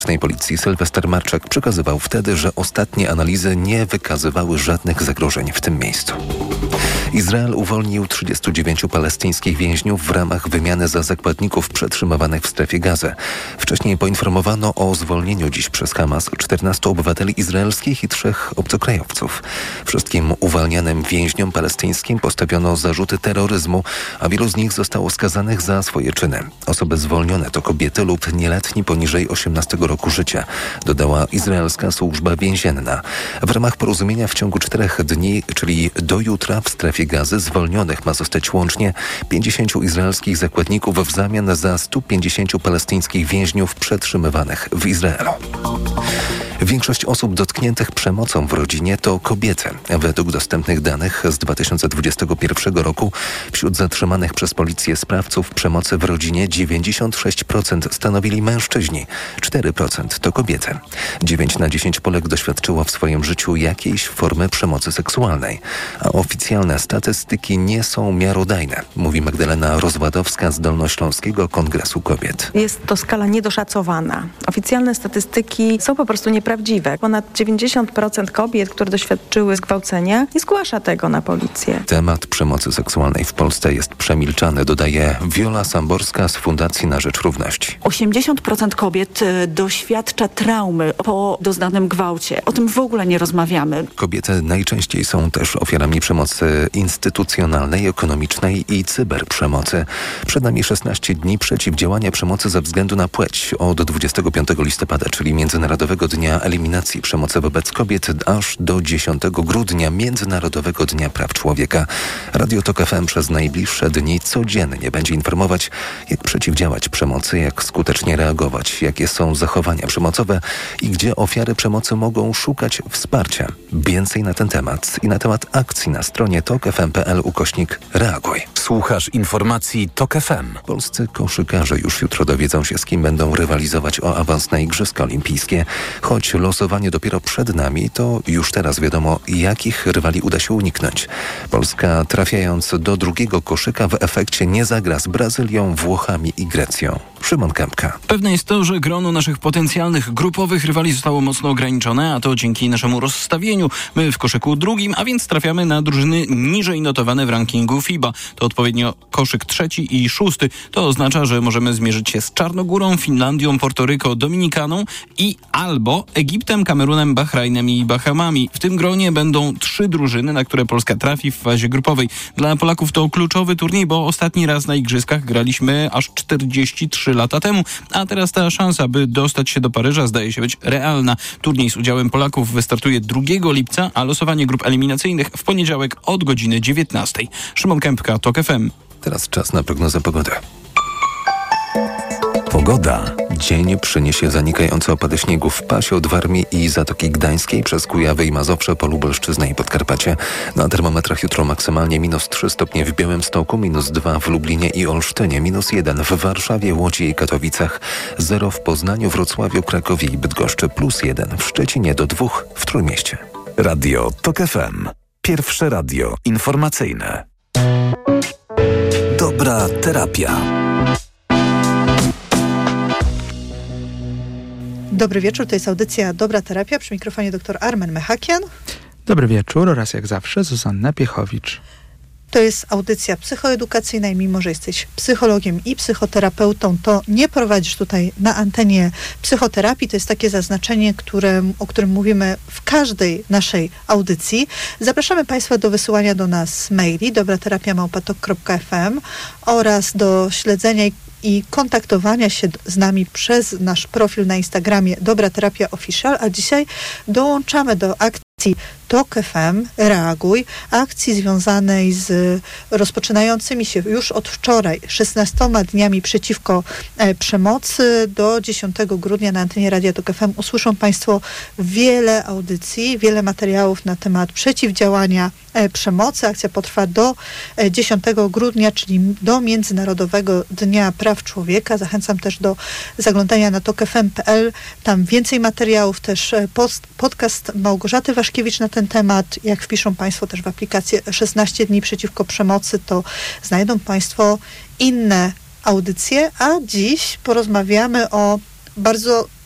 Policji Sylwester Marczak przekazywał wtedy, że ostatnie analizy nie wykazywały żadnych zagrożeń w tym miejscu. Izrael uwolnił 39 palestyńskich więźniów w ramach wymiany za zakładników przetrzymywanych w strefie Gazy. Wcześniej poinformowano o zwolnieniu dziś przez Hamas 14 obywateli izraelskich i 3 obcokrajowców. Wszystkim uwalnianym więźniom palestyńskim postawiono zarzuty terroryzmu, a wielu z nich zostało skazanych za swoje czyny. Osoby zwolnione to kobiety lub nieletni poniżej 18 roku życia, dodała izraelska służba więzienna. W ramach porozumienia w ciągu 4 dni, czyli do jutra, w strefie Gazy zwolnionych ma zostać łącznie 50 izraelskich zakładników w zamian za 150 palestyńskich więźniów przetrzymywanych w Izraelu. Większość osób dotkniętych przemocą w rodzinie to kobiety. Według dostępnych danych z 2021 roku wśród zatrzymanych przez policję sprawców przemocy w rodzinie 96% stanowili mężczyźni, 4% to kobiety. 9 na 10 Polek doświadczyło w swoim życiu jakiejś formy przemocy seksualnej, a oficjalne statystyki nie są miarodajne, mówi Magdalena Rozwadowska z Dolnośląskiego Kongresu Kobiet. Jest to skala niedoszacowana. Oficjalne statystyki są po prostu nieprawdziwe. Ponad 90% kobiet, które doświadczyły zgwałcenia, nie zgłasza tego na policję. Temat przemocy seksualnej w Polsce jest przemilczany, dodaje Wiola Samborska z Fundacji na Rzecz Równości. 80% kobiet doświadcza traumy po doznanym gwałcie. O tym w ogóle nie rozmawiamy. Kobiety najczęściej są też ofiarami przemocy instytucjonalnej, ekonomicznej i cyberprzemocy. Przed nami 16 dni przeciwdziałania przemocy ze względu na płeć. Od 25 listopada, czyli Międzynarodowego Dnia Eliminacji Przemocy wobec Kobiet, aż do 10 grudnia Międzynarodowego Dnia Praw Człowieka. Radio TOK FM przez najbliższe dni codziennie będzie informować, jak przeciwdziałać przemocy, jak skutecznie reagować, jakie są zachowania przemocowe i gdzie ofiary przemocy mogą szukać wsparcia. Więcej na ten temat i na temat akcji na stronie tokfm.pl/reaguj. Słuchasz informacji TOK FM. Polscy koszykarze już jutro dowiedzą się, z kim będą rywalizować o awans na Igrzyska Olimpijskie. Choć losowanie dopiero przed nami, to już teraz wiadomo, jakich rywali uda się uniknąć. Polska, trafiając do drugiego koszyka, w efekcie nie zagra z Brazylią, Włochami i Grecją. Szymon Kępka. Pewne jest to, że grono naszych potencjalnych grupowych rywali zostało mocno ograniczone, a to dzięki naszemu rozstawieniu. My w koszyku drugim, a więc trafiamy na drużyny niżej notowane w rankingu FIBA. To odpowiednio koszyk 3. i 6. To oznacza, że możemy zmierzyć się z Czarnogórą, Finlandią, Portoryko, Dominikaną i albo Egiptem, Kamerunem, Bahrajnem i Bahamami. W tym gronie będą 3 drużyny, na które Polska trafi w fazie grupowej. Dla Polaków to kluczowy turniej, bo ostatni raz na Igrzyskach graliśmy aż 43 lata temu, a teraz ta szansa, by dostać się do Paryża, zdaje się być realna. Turniej z udziałem Polaków wystartuje 2 lipca, a losowanie grup eliminacyjnych w poniedziałek od godziny 19. Szymon Kępka, TOK FM. Teraz czas na prognozę pogody. Pogoda. Dzień przyniesie zanikające opady śniegu w pasie od Warmii i Zatoki Gdańskiej przez Kujawy i Mazowsze po Lubelszczyznę i Podkarpacie. Na termometrach jutro maksymalnie -3 stopnie w Białymstoku, -2 w Lublinie i Olsztynie, -1 w Warszawie, Łodzi i Katowicach, 0 w Poznaniu, Wrocławiu, Krakowie i Bydgoszczy, +1 w Szczecinie, do 2 w Trójmieście. Radio TOK FM. Pierwsze radio informacyjne. Dobra terapia. Dobry wieczór, to jest audycja Dobra Terapia, przy mikrofonie dr Armen Mechakian. Dobry wieczór oraz jak zawsze Zuzanna Piechowicz. To jest audycja psychoedukacyjna i mimo, że jesteś psychologiem i psychoterapeutą, to nie prowadzisz tutaj na antenie psychoterapii. To jest takie zaznaczenie, o którym mówimy w każdej naszej audycji. Zapraszamy Państwa do wysyłania do nas maili dobraterapia@tok.fm oraz do śledzenia i kontaktowania się z nami przez nasz profil na Instagramie Dobra Terapia Official, a dzisiaj dołączamy do akcji TOK FM Reaguj, akcji związanej z rozpoczynającymi się już od wczoraj 16 dniami przeciwko przemocy. Do 10 grudnia na antenie Radia TOK FM usłyszą Państwo wiele audycji, wiele materiałów na temat przeciwdziałania przemocy. Akcja potrwa do 10 grudnia, czyli do Międzynarodowego Dnia Praw Człowieka. Zachęcam też do zaglądania na tokfm.pl. Tam więcej materiałów, też podcast Małgorzaty Waszkiewicz na ten temat. Jak wpiszą Państwo też w aplikację 16 dni przeciwko przemocy, to znajdą Państwo inne audycje, a dziś porozmawiamy o bardzo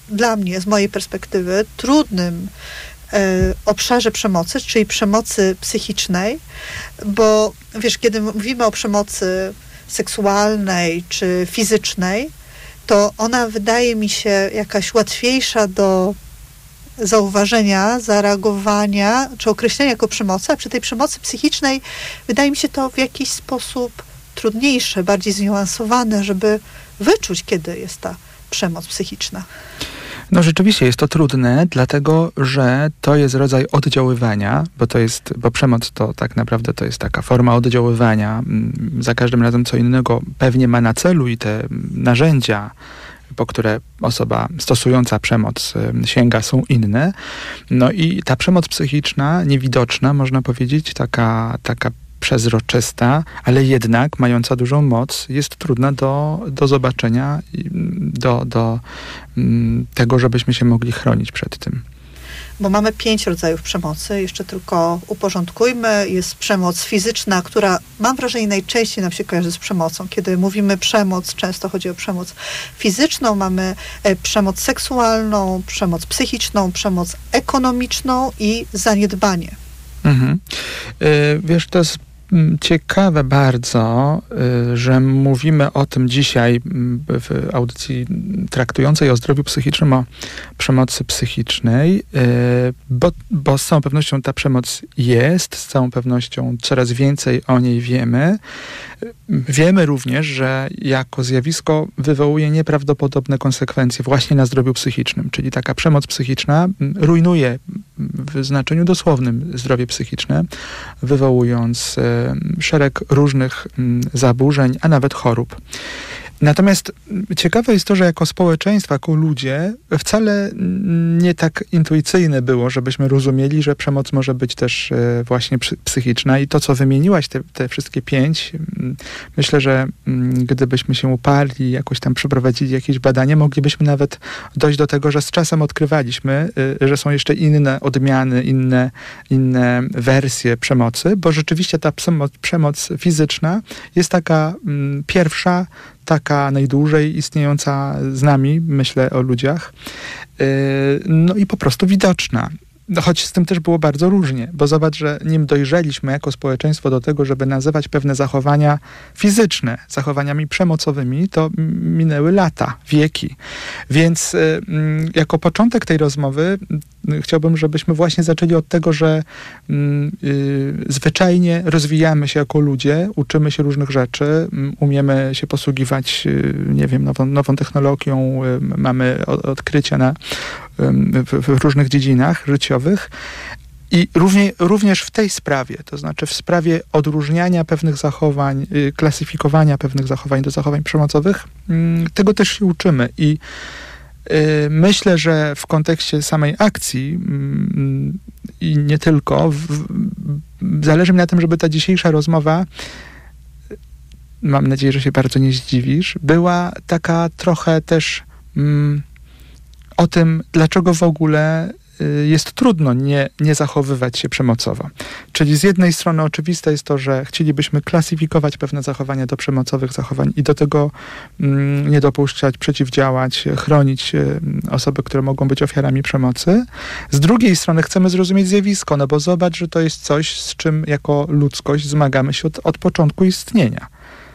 dla mnie, z mojej perspektywy, trudnym obszarze przemocy, czyli przemocy psychicznej, bo wiesz, kiedy mówimy o przemocy seksualnej czy fizycznej, to ona wydaje mi się jakaś łatwiejsza do zauważenia, zareagowania czy określenia jako przemocy, a przy tej przemocy psychicznej wydaje mi się to w jakiś sposób trudniejsze, bardziej zniuansowane, żeby wyczuć, kiedy jest ta przemoc psychiczna. No rzeczywiście jest to trudne, dlatego że to jest rodzaj oddziaływania, bo przemoc to tak naprawdę to jest taka forma oddziaływania. Za każdym razem co innego pewnie ma na celu i te narzędzia, po które osoba stosująca przemoc sięga, są inne. No i ta przemoc psychiczna, niewidoczna, można powiedzieć, taka przezroczysta, ale jednak mająca dużą moc, jest trudna do zobaczenia, do tego, żebyśmy się mogli chronić przed tym. Bo mamy 5 rodzajów przemocy, jeszcze tylko uporządkujmy. Jest przemoc fizyczna, która, mam wrażenie, najczęściej nam się kojarzy z przemocą. Kiedy mówimy przemoc, często chodzi o przemoc fizyczną, mamy przemoc seksualną, przemoc psychiczną, przemoc ekonomiczną i zaniedbanie. Mhm. Wiesz, to jest ciekawe bardzo, że mówimy o tym dzisiaj w audycji traktującej o zdrowiu psychicznym, o przemocy psychicznej, bo z całą pewnością ta przemoc jest, z całą pewnością coraz więcej o niej wiemy. Wiemy również, że jako zjawisko wywołuje nieprawdopodobne konsekwencje właśnie na zdrowiu psychicznym, czyli taka przemoc psychiczna rujnuje w znaczeniu dosłownym zdrowie psychiczne, wywołując szereg różnych zaburzeń, a nawet chorób. Natomiast ciekawe jest to, że jako społeczeństwo, jako ludzie wcale nie tak intuicyjne było, żebyśmy rozumieli, że przemoc może być też właśnie psychiczna. I to, co wymieniłaś, te wszystkie 5, myślę, że gdybyśmy się uparli, jakoś tam przeprowadzili jakieś badania, moglibyśmy nawet dojść do tego, że z czasem odkrywaliśmy, że są jeszcze inne odmiany, inne wersje przemocy, bo rzeczywiście ta przemoc fizyczna jest taka pierwsza, taka najdłużej istniejąca z nami, myślę o ludziach, no i po prostu widoczna. Choć z tym też było bardzo różnie, bo zobacz, że nim dojrzeliśmy jako społeczeństwo do tego, żeby nazywać pewne zachowania fizyczne zachowaniami przemocowymi, to minęły lata, wieki. Więc jako początek tej rozmowy chciałbym, żebyśmy właśnie zaczęli od tego, że zwyczajnie rozwijamy się jako ludzie, uczymy się różnych rzeczy, umiemy się posługiwać, nie wiem, nową technologią, mamy odkrycia w różnych dziedzinach życiowych. I również w tej sprawie, to znaczy w sprawie odróżniania pewnych zachowań, klasyfikowania pewnych zachowań do zachowań przemocowych, tego też się uczymy. I myślę, że w kontekście samej akcji i nie tylko, zależy mi na tym, żeby ta dzisiejsza rozmowa, mam nadzieję, że się bardzo nie zdziwisz, była taka trochę też o tym, dlaczego w ogóle jest trudno nie zachowywać się przemocowo. Czyli z jednej strony oczywiste jest to, że chcielibyśmy klasyfikować pewne zachowania do przemocowych zachowań i do tego nie dopuszczać, przeciwdziałać, chronić osoby, które mogą być ofiarami przemocy. Z drugiej strony chcemy zrozumieć zjawisko, no bo zobacz, że to jest coś, z czym jako ludzkość zmagamy się od początku istnienia.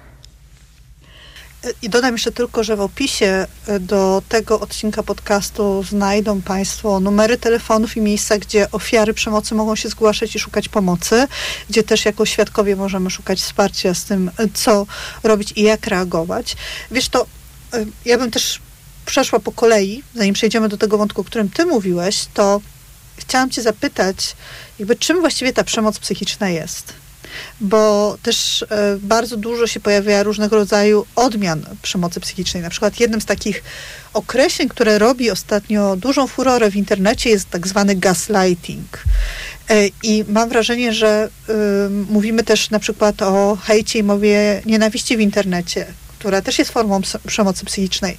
I dodam jeszcze tylko, że w opisie do tego odcinka podcastu znajdą Państwo numery telefonów i miejsca, gdzie ofiary przemocy mogą się zgłaszać i szukać pomocy, gdzie też jako świadkowie możemy szukać wsparcia z tym, co robić i jak reagować. Wiesz, to ja bym też przeszła po kolei, zanim przejdziemy do tego wątku, o którym Ty mówiłeś, to chciałam Cię zapytać, czym właściwie ta przemoc psychiczna jest? Bo też bardzo dużo się pojawia różnego rodzaju odmian przemocy psychicznej. Na przykład jednym z takich określeń, które robi ostatnio dużą furorę w internecie, jest tak zwany gaslighting. I mam wrażenie, że mówimy też na przykład o hejcie i mowie nienawiści w internecie, która też jest formą przemocy psychicznej.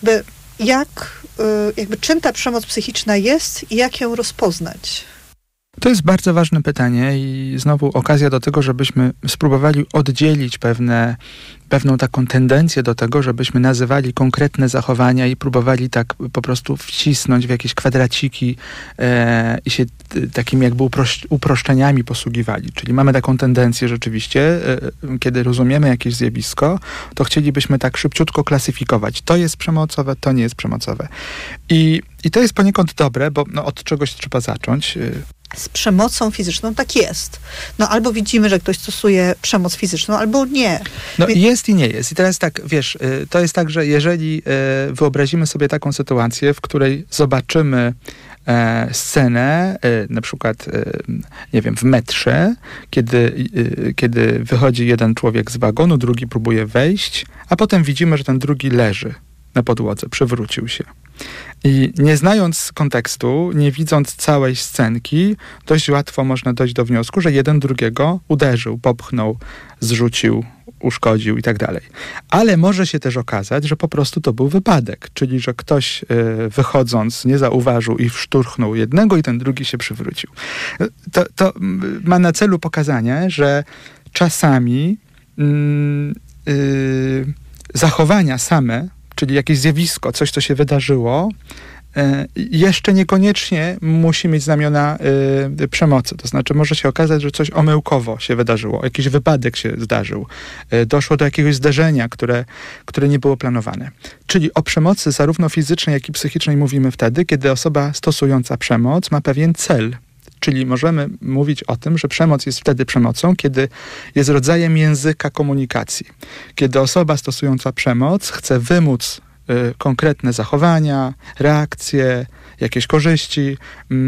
Czym ta przemoc psychiczna jest i jak ją rozpoznać? To jest bardzo ważne pytanie i znowu okazja do tego, żebyśmy spróbowali oddzielić pewną taką tendencję do tego, żebyśmy nazywali konkretne zachowania i próbowali tak po prostu wcisnąć w jakieś kwadraciki i się takimi jakby uproszczeniami posługiwali. Czyli mamy taką tendencję rzeczywiście, kiedy rozumiemy jakieś zjawisko, to chcielibyśmy tak szybciutko klasyfikować. To jest przemocowe, to nie jest przemocowe. I to jest poniekąd dobre, bo od czegoś trzeba zacząć. Z przemocą fizyczną tak jest. Albo widzimy, że ktoś stosuje przemoc fizyczną, albo nie. Jest i nie jest. I teraz tak, wiesz, to jest tak, że jeżeli wyobrazimy sobie taką sytuację, w której zobaczymy scenę, na przykład, nie wiem, w metrze, kiedy wychodzi jeden człowiek z wagonu, drugi próbuje wejść, a potem widzimy, że ten drugi leży na podłodze, przewrócił się. I nie znając kontekstu, nie widząc całej scenki, dość łatwo można dojść do wniosku, że jeden drugiego uderzył, popchnął, zrzucił, uszkodził i tak dalej. Ale może się też okazać, że po prostu to był wypadek, czyli że ktoś wychodząc nie zauważył i szturchnął jednego i ten drugi się przywrócił. To ma na celu pokazanie, że czasami zachowania same, czyli jakieś zjawisko, coś, co się wydarzyło, jeszcze niekoniecznie musi mieć znamiona przemocy. To znaczy może się okazać, że coś omyłkowo się wydarzyło, jakiś wypadek się zdarzył, doszło do jakiegoś zdarzenia, które nie było planowane. Czyli o przemocy zarówno fizycznej, jak i psychicznej mówimy wtedy, kiedy osoba stosująca przemoc ma pewien cel. Czyli możemy mówić o tym, że przemoc jest wtedy przemocą, kiedy jest rodzajem języka komunikacji. Kiedy osoba stosująca przemoc chce wymóc konkretne zachowania, reakcje, jakieś korzyści.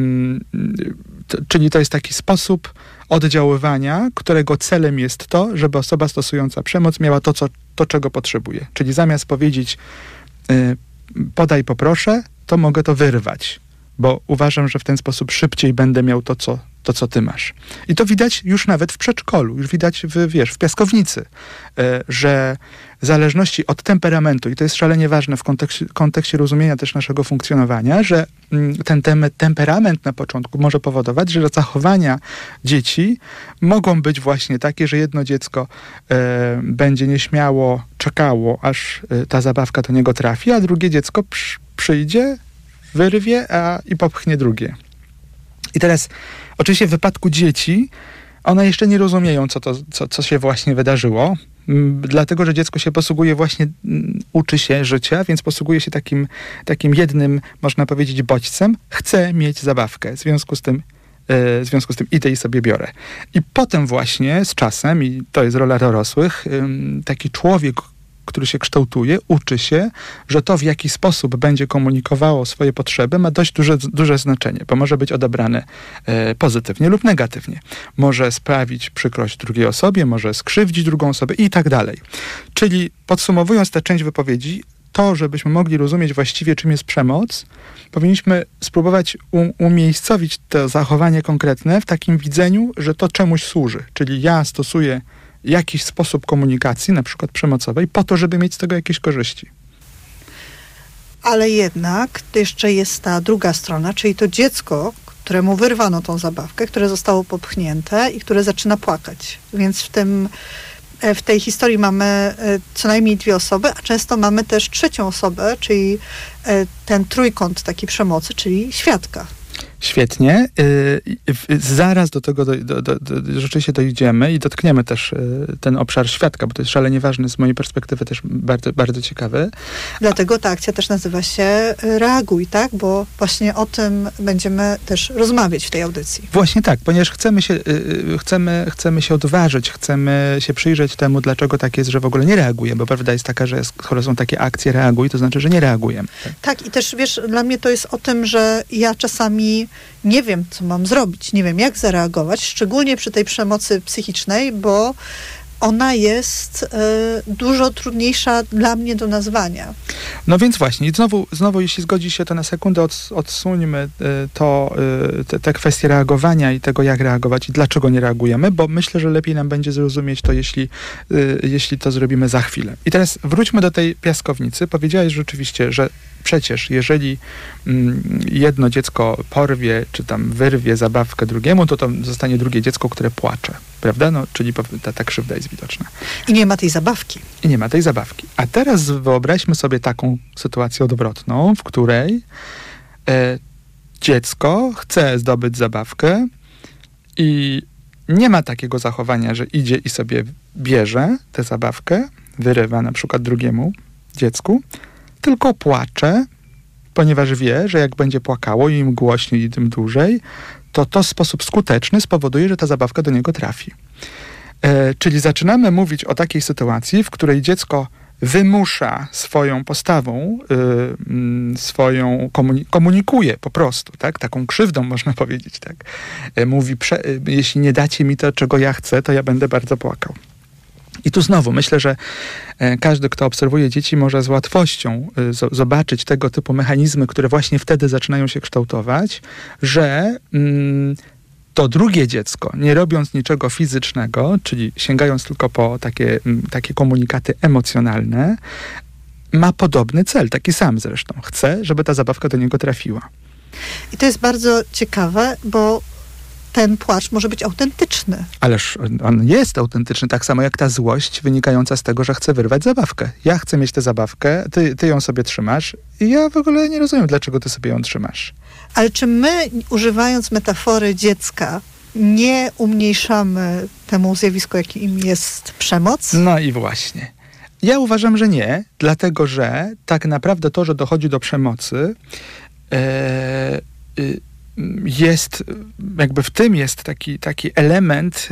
Czyli to jest taki sposób oddziaływania, którego celem jest to, żeby osoba stosująca przemoc miała to, czego potrzebuje. Czyli zamiast powiedzieć podaj poproszę, to mogę to wyrwać, bo uważam, że w ten sposób szybciej będę miał to, co ty masz. I to widać już nawet w przedszkolu, już widać w piaskownicy, że w zależności od temperamentu, i to jest szalenie ważne w kontekście rozumienia też naszego funkcjonowania, że ten temperament na początku może powodować, że zachowania dzieci mogą być właśnie takie, że jedno dziecko będzie nieśmiało czekało, aż ta zabawka do niego trafi, a drugie dziecko przyjdzie, wyrwie i popchnie drugie. I teraz oczywiście w wypadku dzieci one jeszcze nie rozumieją, co się właśnie wydarzyło, dlatego, że dziecko się posługuje właśnie, uczy się życia, więc posługuje się takim jednym, można powiedzieć, bodźcem. Chce mieć zabawkę, w związku z tym idę i sobie biorę. I potem właśnie z czasem, i to jest rola dorosłych, taki człowiek, który się kształtuje, uczy się, że to, w jaki sposób będzie komunikowało swoje potrzeby, ma dość duże znaczenie, bo może być odebrane pozytywnie lub negatywnie. Może sprawić przykrość drugiej osobie, może skrzywdzić drugą osobę i tak dalej. Czyli podsumowując tę część wypowiedzi, to, żebyśmy mogli rozumieć właściwie, czym jest przemoc, powinniśmy spróbować umiejscowić to zachowanie konkretne w takim widzeniu, że to czemuś służy. Czyli ja stosuję jakiś sposób komunikacji, na przykład przemocowej, po to, żeby mieć z tego jakieś korzyści. Ale jednak jeszcze jest ta druga strona, czyli to dziecko, któremu wyrwano tą zabawkę, które zostało popchnięte i które zaczyna płakać. Więc w tej historii mamy co najmniej dwie osoby, a często mamy też trzecią osobę, czyli ten trójkąt takiej przemocy, czyli świadka. Świetnie. Zaraz do tego rzeczywiście dojdziemy i dotkniemy też ten obszar świadka, bo to jest szalenie ważny z mojej perspektywy, też bardzo, bardzo ciekawy. Dlatego ta akcja też nazywa się Reaguj, tak? Bo właśnie o tym będziemy też rozmawiać w tej audycji. Właśnie tak, ponieważ chcemy się odważyć, chcemy się przyjrzeć temu, dlaczego tak jest, że w ogóle nie reagujemy, bo prawda jest taka, że skoro są takie akcje reaguj, to znaczy, że nie reagujemy. Tak, i też wiesz, dla mnie to jest o tym, że ja czasami nie wiem, co mam zrobić, nie wiem, jak zareagować, szczególnie przy tej przemocy psychicznej, bo ona jest dużo trudniejsza dla mnie do nazwania. No więc właśnie, i znowu jeśli zgodzi się, to na sekundę odsuńmy te kwestie reagowania i tego, jak reagować i dlaczego nie reagujemy, bo myślę, że lepiej nam będzie zrozumieć to, jeśli to zrobimy za chwilę. I teraz wróćmy do tej piaskownicy. Powiedziałeś rzeczywiście, że przecież jeżeli jedno dziecko porwie, czy tam wyrwie zabawkę drugiemu, to zostanie drugie dziecko, które płacze, prawda? No, czyli ta krzywda jest widoczna. I nie ma tej zabawki. A teraz wyobraźmy sobie taką sytuację odwrotną, w której dziecko chce zdobyć zabawkę i nie ma takiego zachowania, że idzie i sobie bierze tę zabawkę, wyrywa na przykład drugiemu dziecku, tylko płacze, ponieważ wie, że jak będzie płakało, im głośniej i tym dłużej, to w sposób skuteczny spowoduje, że ta zabawka do niego trafi. Czyli zaczynamy mówić o takiej sytuacji, w której dziecko wymusza swoją postawą, komunikuje po prostu, tak? Taką krzywdą można powiedzieć, tak? Mówi, jeśli nie dacie mi to, czego ja chcę, to ja będę bardzo płakał. I tu znowu myślę, że każdy, kto obserwuje dzieci, może z łatwością zobaczyć tego typu mechanizmy, które właśnie wtedy zaczynają się kształtować, że to drugie dziecko, nie robiąc niczego fizycznego, czyli sięgając tylko po takie komunikaty emocjonalne, ma podobny cel, taki sam zresztą. Chce, żeby ta zabawka do niego trafiła. I to jest bardzo ciekawe, bo ten płacz może być autentyczny. Ależ on jest autentyczny, tak samo jak ta złość wynikająca z tego, że chce wyrwać zabawkę. Ja chcę mieć tę zabawkę, ty ją sobie trzymasz i ja w ogóle nie rozumiem, dlaczego ty sobie ją trzymasz. Ale czy my, używając metafory dziecka, nie umniejszamy temu zjawisku, jakim jest przemoc? No i właśnie. Ja uważam, że nie, dlatego że tak naprawdę to, że dochodzi do przemocy, jest, jakby w tym jest taki element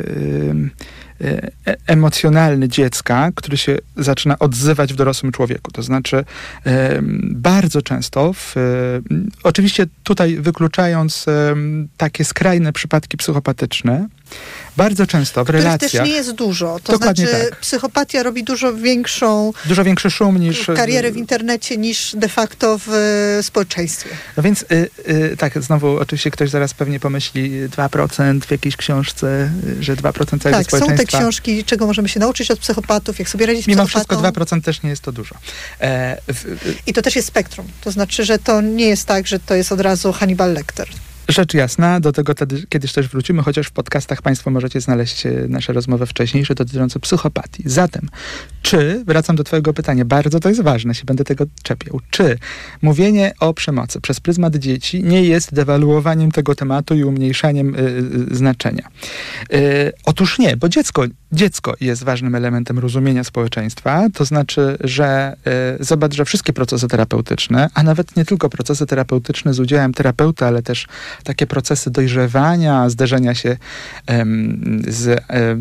emocjonalny dziecka, który się zaczyna odzywać w dorosłym człowieku. To znaczy bardzo często, oczywiście tutaj wykluczając takie skrajne przypadki psychopatyczne, bardzo często w relacjach... To też nie jest dużo. To dokładnie znaczy tak. Psychopatia robi dużo większy szum niż... karierę w internecie niż de facto w społeczeństwie. No więc tak, znowu oczywiście ktoś zaraz pewnie pomyśli 2% w jakiejś książce, że 2% całego społeczeństwa... Tak, są te książki, czego możemy się nauczyć od psychopatów, jak sobie radzić z mimo psychopatą. wszystko 2% też nie jest to dużo. I to też jest spektrum. To znaczy, że to nie jest tak, że to jest od razu Hannibal Lecter. Rzecz jasna, do tego kiedyś też wrócimy, chociaż w podcastach Państwo możecie znaleźć nasze rozmowy wcześniejsze dotyczące psychopatii. Zatem, wracam do Twojego pytania, bardzo to jest ważne, się będę tego czepiał, czy mówienie o przemocy przez pryzmat dzieci nie jest dewaluowaniem tego tematu i umniejszaniem znaczenia? Otóż nie, bo dziecko jest ważnym elementem rozumienia społeczeństwa, to znaczy, że zobacz, że wszystkie procesy terapeutyczne, a nawet nie tylko procesy terapeutyczne z udziałem terapeuty, ale też takie procesy dojrzewania, zderzenia się z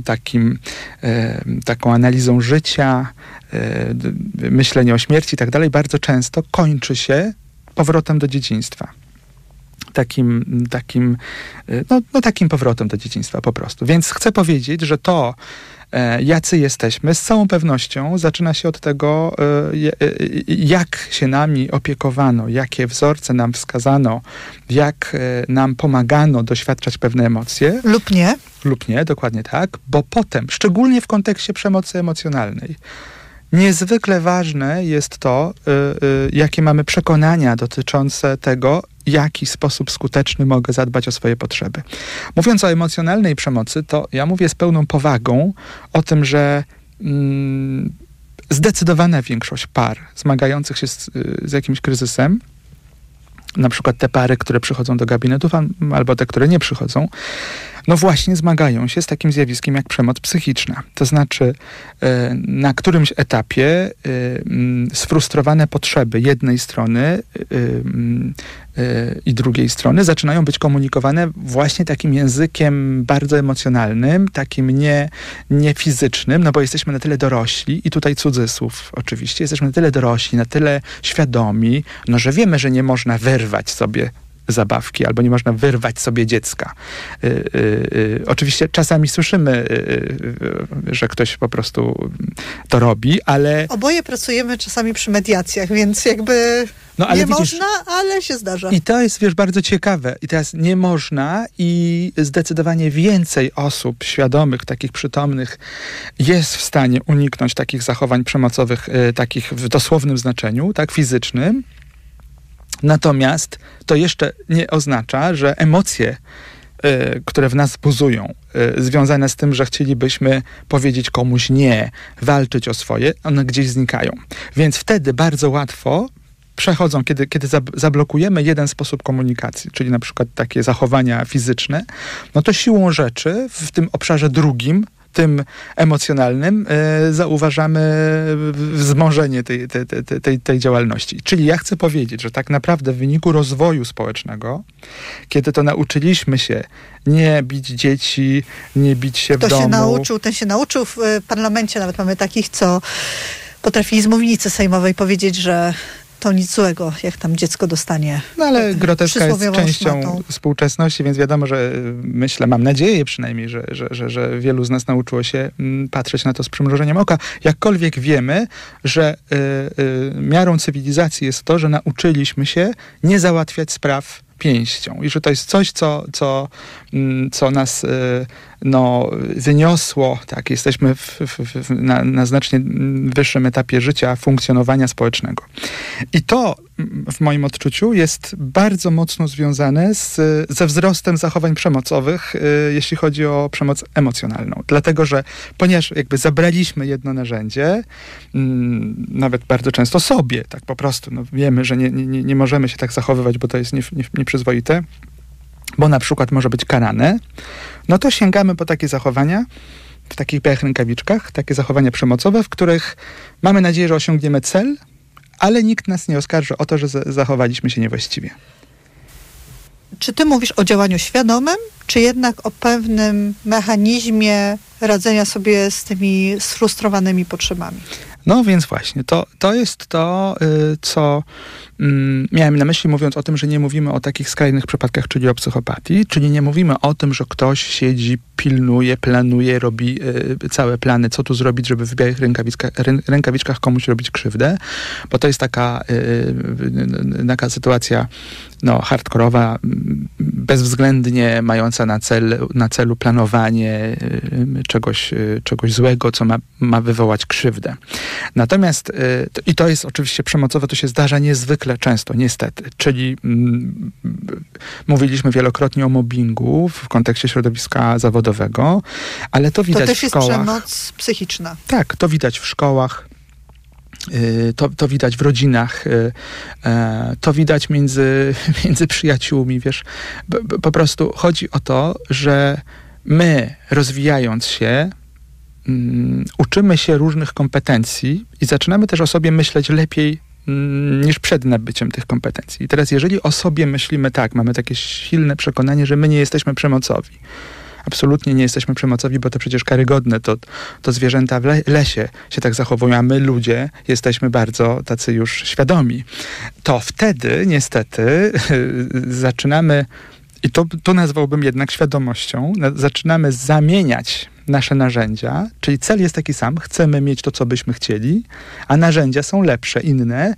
taką analizą życia, myślenie o śmierci i tak dalej, bardzo często kończy się powrotem do dzieciństwa. Takim powrotem do dzieciństwa po prostu. Więc chcę powiedzieć, że to, jacy jesteśmy, z całą pewnością zaczyna się od tego, jak się nami opiekowano, jakie wzorce nam wskazano, jak nam pomagano doświadczać pewne emocje. Lub nie, dokładnie tak, bo potem, szczególnie w kontekście przemocy emocjonalnej, niezwykle ważne jest to, jakie mamy przekonania dotyczące tego, w jaki sposób skuteczny mogę zadbać o swoje potrzeby. Mówiąc o emocjonalnej przemocy, to ja mówię z pełną powagą o tym, że zdecydowana większość par zmagających się z jakimś kryzysem, na przykład te pary, które przychodzą do gabinetów, albo te, które nie przychodzą, no właśnie zmagają się z takim zjawiskiem jak przemoc psychiczna. To znaczy na którymś etapie sfrustrowane potrzeby jednej strony i drugiej strony zaczynają być komunikowane właśnie takim językiem bardzo emocjonalnym, takim nie fizycznym, no bo jesteśmy na tyle dorośli, i tutaj cudzysłów oczywiście, jesteśmy na tyle dorośli, na tyle świadomi, no że wiemy, że nie można wyrwać sobie zabawki, albo nie można wyrwać sobie dziecka. Oczywiście czasami słyszymy, że ktoś po prostu to robi, ale... Oboje pracujemy czasami przy mediacjach, więc jakby nie można, ale się zdarza. I to jest, bardzo ciekawe. I teraz nie można i zdecydowanie więcej osób świadomych, takich przytomnych jest w stanie uniknąć takich zachowań przemocowych, takich w dosłownym znaczeniu, tak, fizycznym. Natomiast to jeszcze nie oznacza, że emocje, które w nas buzują, związane z tym, że chcielibyśmy powiedzieć komuś nie, walczyć o swoje, one gdzieś znikają. Więc wtedy bardzo łatwo przechodzą, kiedy zablokujemy jeden sposób komunikacji, czyli na przykład takie zachowania fizyczne, no to siłą rzeczy w tym obszarze drugim, tym emocjonalnym, zauważamy wzmożenie tej działalności. Czyli ja chcę powiedzieć, że tak naprawdę w wyniku rozwoju społecznego, kiedy to nauczyliśmy się nie bić dzieci, nie bić się w domu. Ten się nauczył w parlamencie, nawet mamy takich, co potrafili z mównicy sejmowej powiedzieć, że to nic złego, jak tam dziecko dostanie. No ale groteska jest częścią szmatą współczesności, więc wiadomo, że mam nadzieję przynajmniej, że wielu z nas nauczyło się patrzeć na to z przymrużeniem oka. Jakkolwiek wiemy, że miarą cywilizacji jest to, że nauczyliśmy się nie załatwiać spraw pięścią. I że to jest coś, co nas wyniosło, tak, jesteśmy na znacznie wyższym etapie życia, funkcjonowania społecznego. I to w moim odczuciu jest bardzo mocno związane ze wzrostem zachowań przemocowych, jeśli chodzi o przemoc emocjonalną. Dlatego, że ponieważ jakby zabraliśmy jedno narzędzie, nawet bardzo często sobie, tak po prostu, wiemy, że nie możemy się tak zachowywać, bo to jest nieprzyzwoite, bo na przykład może być karane, no to sięgamy po takie zachowania, w takich białych rękawiczkach, takie zachowania przemocowe, w których mamy nadzieję, że osiągniemy cel, ale nikt nas nie oskarży o to, że zachowaliśmy się niewłaściwie. Czy ty mówisz o działaniu świadomym, czy jednak o pewnym mechanizmie radzenia sobie z tymi sfrustrowanymi potrzebami? No więc właśnie, to jest to, co miałem na myśli, mówiąc o tym, że nie mówimy o takich skrajnych przypadkach, czyli o psychopatii, czyli nie mówimy o tym, że ktoś siedzi, pilnuje, planuje, robi całe plany, co tu zrobić, żeby w białych rękawiczkach komuś robić krzywdę, bo to jest taka sytuacja hardkorowa, bezwzględnie mająca na celu planowanie czegoś złego, co ma wywołać krzywdę. Natomiast, i to jest oczywiście przemocowe, to się zdarza niezwykle często, niestety. Czyli mówiliśmy wielokrotnie o mobbingu w kontekście środowiska zawodowego, ale to widać w szkołach. To też jest przemoc psychiczna. Tak, to widać w szkołach. To widać w rodzinach, to widać między przyjaciółmi, wiesz. Po prostu chodzi o to, że my, rozwijając się, uczymy się różnych kompetencji i zaczynamy też o sobie myśleć lepiej niż przed nabyciem tych kompetencji. I teraz, jeżeli o sobie myślimy tak, mamy takie silne przekonanie, że my nie jesteśmy przemocowi, absolutnie nie jesteśmy przemocowi, bo to przecież karygodne, to zwierzęta w lesie się tak zachowują, a my ludzie jesteśmy bardzo tacy już świadomi. To wtedy niestety zaczynamy, i to nazwałbym jednak świadomością, zaczynamy zamieniać nasze narzędzia, czyli cel jest taki sam, chcemy mieć to, co byśmy chcieli, a narzędzia są lepsze, inne,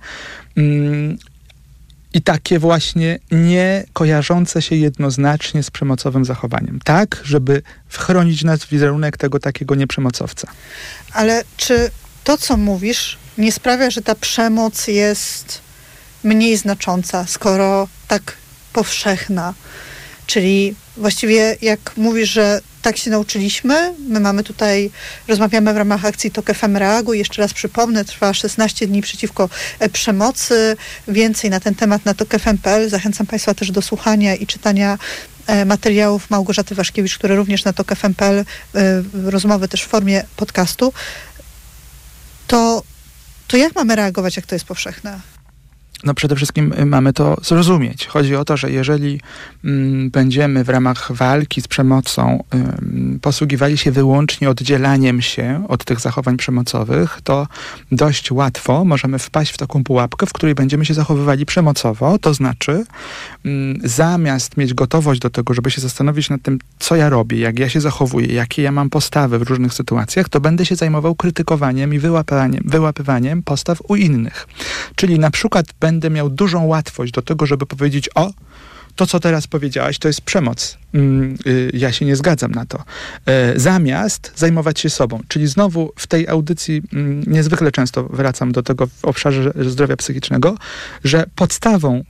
i takie właśnie nie kojarzące się jednoznacznie z przemocowym zachowaniem. Tak, żeby chronić nasz wizerunek tego takiego nieprzemocowca. Ale czy to, co mówisz, nie sprawia, że ta przemoc jest mniej znacząca, skoro tak powszechna? Czyli właściwie jak mówisz, że tak się nauczyliśmy, my mamy tutaj, rozmawiamy w ramach akcji TOK FM Reaguj. Jeszcze raz przypomnę, trwa 16 dni przeciwko przemocy. Więcej na ten temat na tokfm.pl. Zachęcam Państwa też do słuchania i czytania materiałów Małgorzaty Waszkiewicz, które również na tokfm.pl, rozmowy też w formie podcastu. To jak mamy reagować, jak to jest powszechne? No przede wszystkim mamy to zrozumieć. Chodzi o to, że jeżeli będziemy w ramach walki z przemocą posługiwali się wyłącznie oddzielaniem się od tych zachowań przemocowych, to dość łatwo możemy wpaść w taką pułapkę, w której będziemy się zachowywali przemocowo. To znaczy, zamiast mieć gotowość do tego, żeby się zastanowić nad tym, co ja robię, jak ja się zachowuję, jakie ja mam postawy w różnych sytuacjach, to będę się zajmował krytykowaniem i wyłapywaniem postaw u innych. Czyli na przykład będę miał dużą łatwość do tego, żeby powiedzieć: o, to co teraz powiedziałaś, to jest przemoc. Ja się nie zgadzam na to. Zamiast zajmować się sobą. Czyli znowu w tej audycji niezwykle często wracam do tego w obszarze zdrowia psychicznego, że podstawą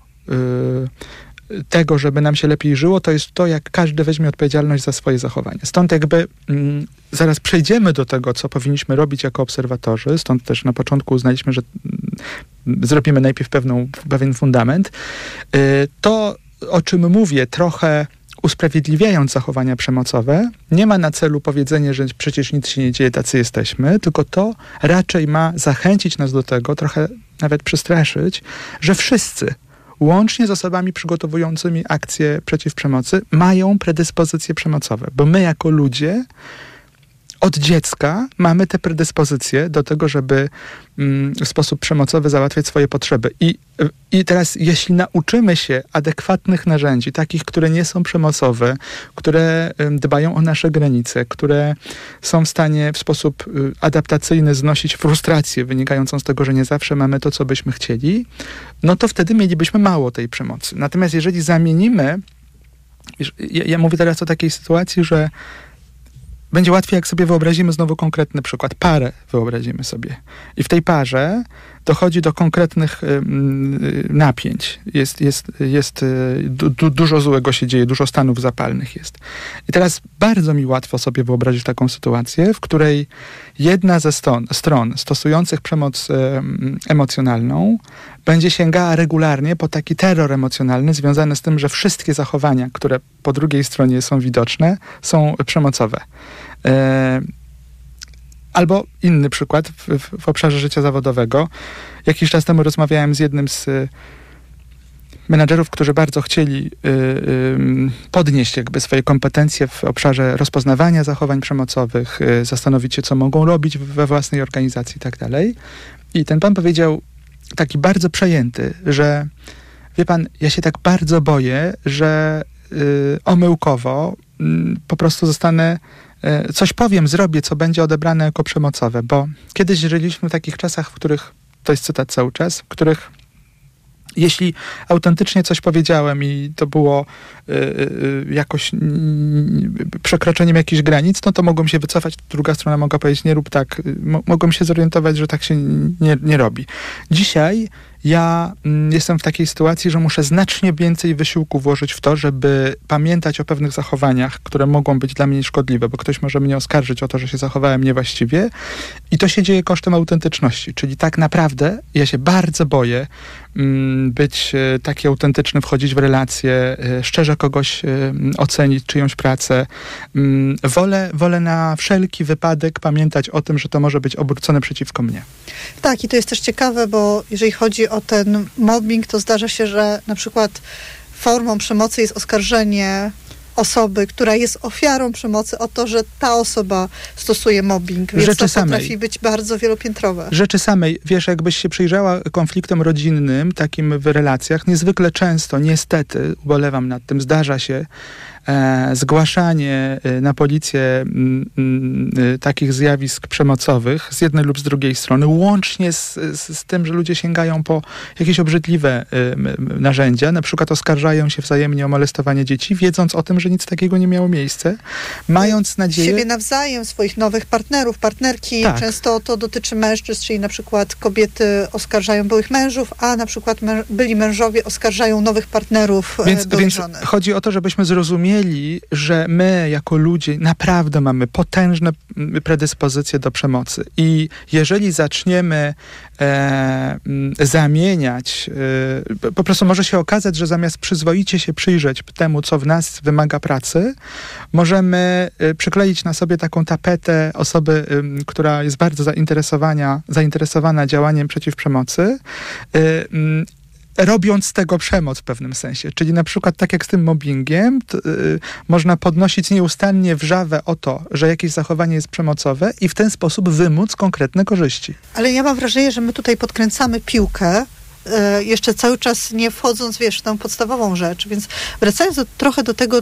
tego, żeby nam się lepiej żyło, to jest to, jak każdy weźmie odpowiedzialność za swoje zachowanie. Stąd jakby zaraz przejdziemy do tego, co powinniśmy robić jako obserwatorzy, stąd też na początku uznaliśmy, że zrobimy najpierw pewien fundament. To, o czym mówię, trochę usprawiedliwiając zachowania przemocowe, nie ma na celu powiedzenie, że przecież nic się nie dzieje, tacy jesteśmy, tylko to raczej ma zachęcić nas do tego, trochę nawet przestraszyć, że wszyscy, łącznie z osobami przygotowującymi akcje przeciw przemocy, mają predyspozycje przemocowe. Bo my jako ludzie od dziecka mamy te predyspozycje do tego, żeby w sposób przemocowy załatwiać swoje potrzeby. I teraz, jeśli nauczymy się adekwatnych narzędzi, takich, które nie są przemocowe, które dbają o nasze granice, które są w stanie w sposób adaptacyjny znosić frustrację wynikającą z tego, że nie zawsze mamy to, co byśmy chcieli, no to wtedy mielibyśmy mało tej przemocy. Natomiast jeżeli zamienimy, ja mówię teraz o takiej sytuacji, że będzie łatwiej, jak sobie wyobrazimy znowu konkretny przykład. Parę wyobrazimy sobie. I w tej parze dochodzi do konkretnych napięć. Jest dużo złego się dzieje, dużo stanów zapalnych jest. I teraz bardzo mi łatwo sobie wyobrazić taką sytuację, w której jedna ze stron stosujących przemoc emocjonalną będzie sięgała regularnie po taki terror emocjonalny związany z tym, że wszystkie zachowania, które po drugiej stronie są widoczne, są przemocowe. Albo inny przykład w obszarze życia zawodowego. Jakiś czas temu rozmawiałem z jednym z menadżerów, którzy bardzo chcieli podnieść jakby swoje kompetencje w obszarze rozpoznawania zachowań przemocowych, zastanowić się, co mogą robić we własnej organizacji i tak dalej. I ten pan powiedział, taki bardzo przejęty, że wie pan, ja się tak bardzo boję, że omyłkowo po prostu coś powiem, zrobię, co będzie odebrane jako przemocowe, bo kiedyś żyliśmy w takich czasach, w których, to jest cytat cały czas, w których jeśli autentycznie coś powiedziałem i to było jakoś przekroczeniem jakichś granic, no to mogłem się wycofać, druga strona mogła powiedzieć, nie rób tak, mogłem się zorientować, że tak się nie robi. Dzisiaj ja jestem w takiej sytuacji, że muszę znacznie więcej wysiłku włożyć w to, żeby pamiętać o pewnych zachowaniach, które mogą być dla mnie szkodliwe, bo ktoś może mnie oskarżyć o to, że się zachowałem niewłaściwie i to się dzieje kosztem autentyczności. Czyli tak naprawdę ja się bardzo boję być taki autentyczny, wchodzić w relacje, szczerze kogoś ocenić, czyjąś pracę. Wolę na wszelki wypadek pamiętać o tym, że to może być obrócone przeciwko mnie. Tak, i to jest też ciekawe, bo jeżeli chodzi o ten mobbing, to zdarza się, że na przykład formą przemocy jest oskarżenie osoby, która jest ofiarą przemocy, o to, że ta osoba stosuje mobbing. Więc rzeczy to potrafi być bardzo wielopiętrowe. Rzeczy samej. Wiesz, jakbyś się przyjrzała konfliktom rodzinnym, takim w relacjach, niezwykle często, niestety, ubolewam nad tym, zdarza się zgłaszanie na policję takich zjawisk przemocowych z jednej lub z drugiej strony, łącznie z tym, że ludzie sięgają po jakieś obrzydliwe narzędzia, na przykład oskarżają się wzajemnie o molestowanie dzieci, wiedząc o tym, że nic takiego nie miało miejsca, mając nadzieję... Siebie nawzajem, swoich nowych partnerów, partnerki. Tak. Często to dotyczy mężczyzn, czyli na przykład kobiety oskarżają byłych mężów, a na przykład byli mężowie oskarżają nowych partnerów byłych żony. Więc chodzi o to, żebyśmy zrozumieli, że my jako ludzie naprawdę mamy potężne predyspozycje do przemocy i jeżeli zaczniemy zamieniać, po prostu może się okazać, że zamiast przyzwoicie się przyjrzeć temu, co w nas wymaga pracy, możemy przykleić na sobie taką tapetę osoby, która jest bardzo zainteresowana działaniem przeciw przemocy, robiąc z tego przemoc w pewnym sensie. Czyli na przykład tak jak z tym mobbingiem, można podnosić nieustannie wrzawę o to, że jakieś zachowanie jest przemocowe i w ten sposób wymóc konkretne korzyści. Ale ja mam wrażenie, że my tutaj podkręcamy piłkę, jeszcze cały czas nie wchodząc, w tą podstawową rzecz. Więc wracając trochę do tego,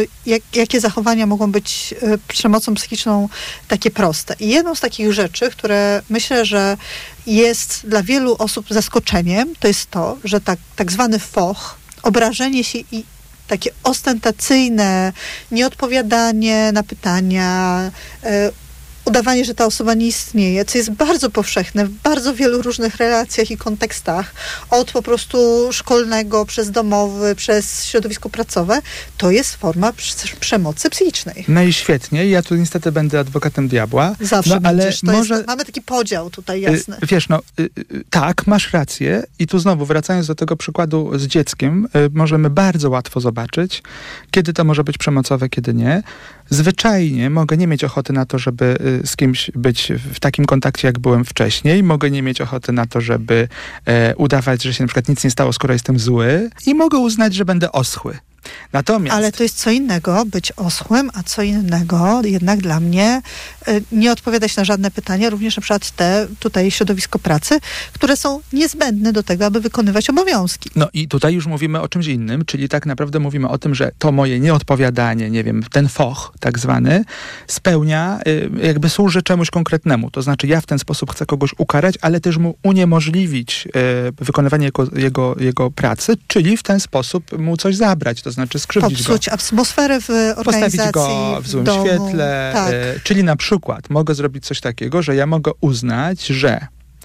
jakie zachowania mogą być przemocą psychiczną takie proste. I jedną z takich rzeczy, które myślę, że jest dla wielu osób zaskoczeniem, to jest to, że tak zwany foch, obrażenie się i takie ostentacyjne nieodpowiadanie na pytania, udawanie, że ta osoba nie istnieje, co jest bardzo powszechne w bardzo wielu różnych relacjach i kontekstach, od po prostu szkolnego, przez domowy, przez środowisko pracowe, to jest forma przemocy psychicznej. No i świetnie, ja tu niestety będę adwokatem diabła. Zawsze będziesz. Mamy taki podział tutaj jasny. Wiesz, tak, masz rację i tu znowu wracając do tego przykładu z dzieckiem, możemy bardzo łatwo zobaczyć, kiedy to może być przemocowe, kiedy nie. Zwyczajnie mogę nie mieć ochoty na to, żeby z kimś być w takim kontakcie, jak byłem wcześniej. Mogę nie mieć ochoty na to, żeby udawać, że się na przykład nic nie stało, skoro jestem zły. I mogę uznać, że będę oschły. Natomiast... Ale to jest co innego być oschłym, a co innego jednak dla mnie nie odpowiadać na żadne pytania, również na przykład te tutaj środowisko pracy, które są niezbędne do tego, aby wykonywać obowiązki. No i tutaj już mówimy o czymś innym, czyli tak naprawdę mówimy o tym, że to moje nieodpowiadanie, nie wiem, ten foch tak zwany, spełnia, jakby służy czemuś konkretnemu. To znaczy ja w ten sposób chcę kogoś ukarać, ale też mu uniemożliwić wykonywanie jego pracy, czyli w ten sposób mu coś zabrać, to znaczy skrzywdzić popsuć go. atmosferę w organizacji, postawić go w złym świetle. Tak. Czyli na przykład mogę zrobić coś takiego, że ja mogę uznać, że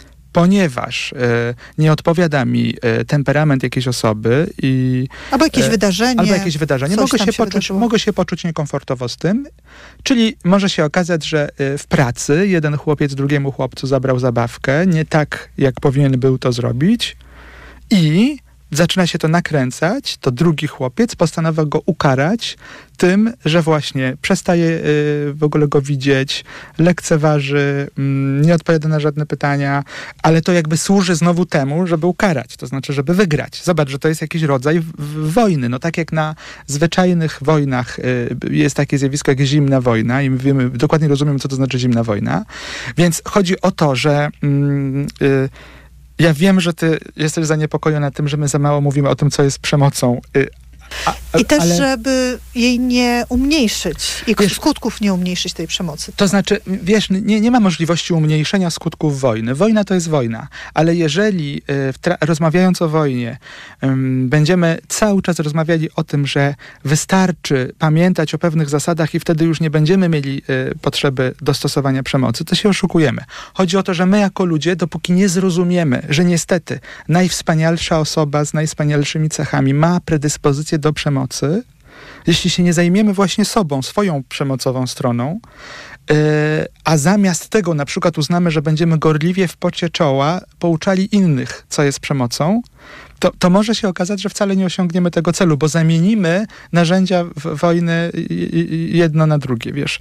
ponieważ nie odpowiada mi temperament jakiejś osoby albo jakieś wydarzenie, mogę się poczuć niekomfortowo z tym, czyli może się okazać, że w pracy jeden chłopiec drugiemu chłopcu zabrał zabawkę, nie tak jak powinien był to zrobić i zaczyna się to nakręcać, to drugi chłopiec postanawia go ukarać tym, że właśnie przestaje w ogóle go widzieć, lekceważy, nie odpowiada na żadne pytania, ale to jakby służy znowu temu, żeby ukarać, to znaczy, żeby wygrać. Zobacz, że to jest jakiś rodzaj wojny. No tak jak na zwyczajnych wojnach jest takie zjawisko jak zimna wojna i my wiemy, dokładnie rozumiemy, co to znaczy zimna wojna. Więc chodzi o to, że ja wiem, że ty jesteś zaniepokojona tym, że my za mało mówimy o tym, co jest przemocą. I też, żeby jej nie umniejszyć i skutków nie umniejszyć tej przemocy. To znaczy, wiesz, nie ma możliwości umniejszenia skutków wojny. Wojna to jest wojna, ale jeżeli rozmawiając o wojnie będziemy cały czas rozmawiali o tym, że wystarczy pamiętać o pewnych zasadach i wtedy już nie będziemy mieli potrzeby dostosowania przemocy, to się oszukujemy. Chodzi o to, że my jako ludzie, dopóki nie zrozumiemy, że niestety najwspanialsza osoba z najwspanialszymi cechami ma predyspozycję do przemocy, jeśli się nie zajmiemy właśnie sobą, swoją przemocową stroną, a zamiast tego na przykład uznamy, że będziemy gorliwie w pocie czoła pouczali innych, co jest przemocą, to może się okazać, że wcale nie osiągniemy tego celu, bo zamienimy narzędzia wojny jedno na drugie, wiesz.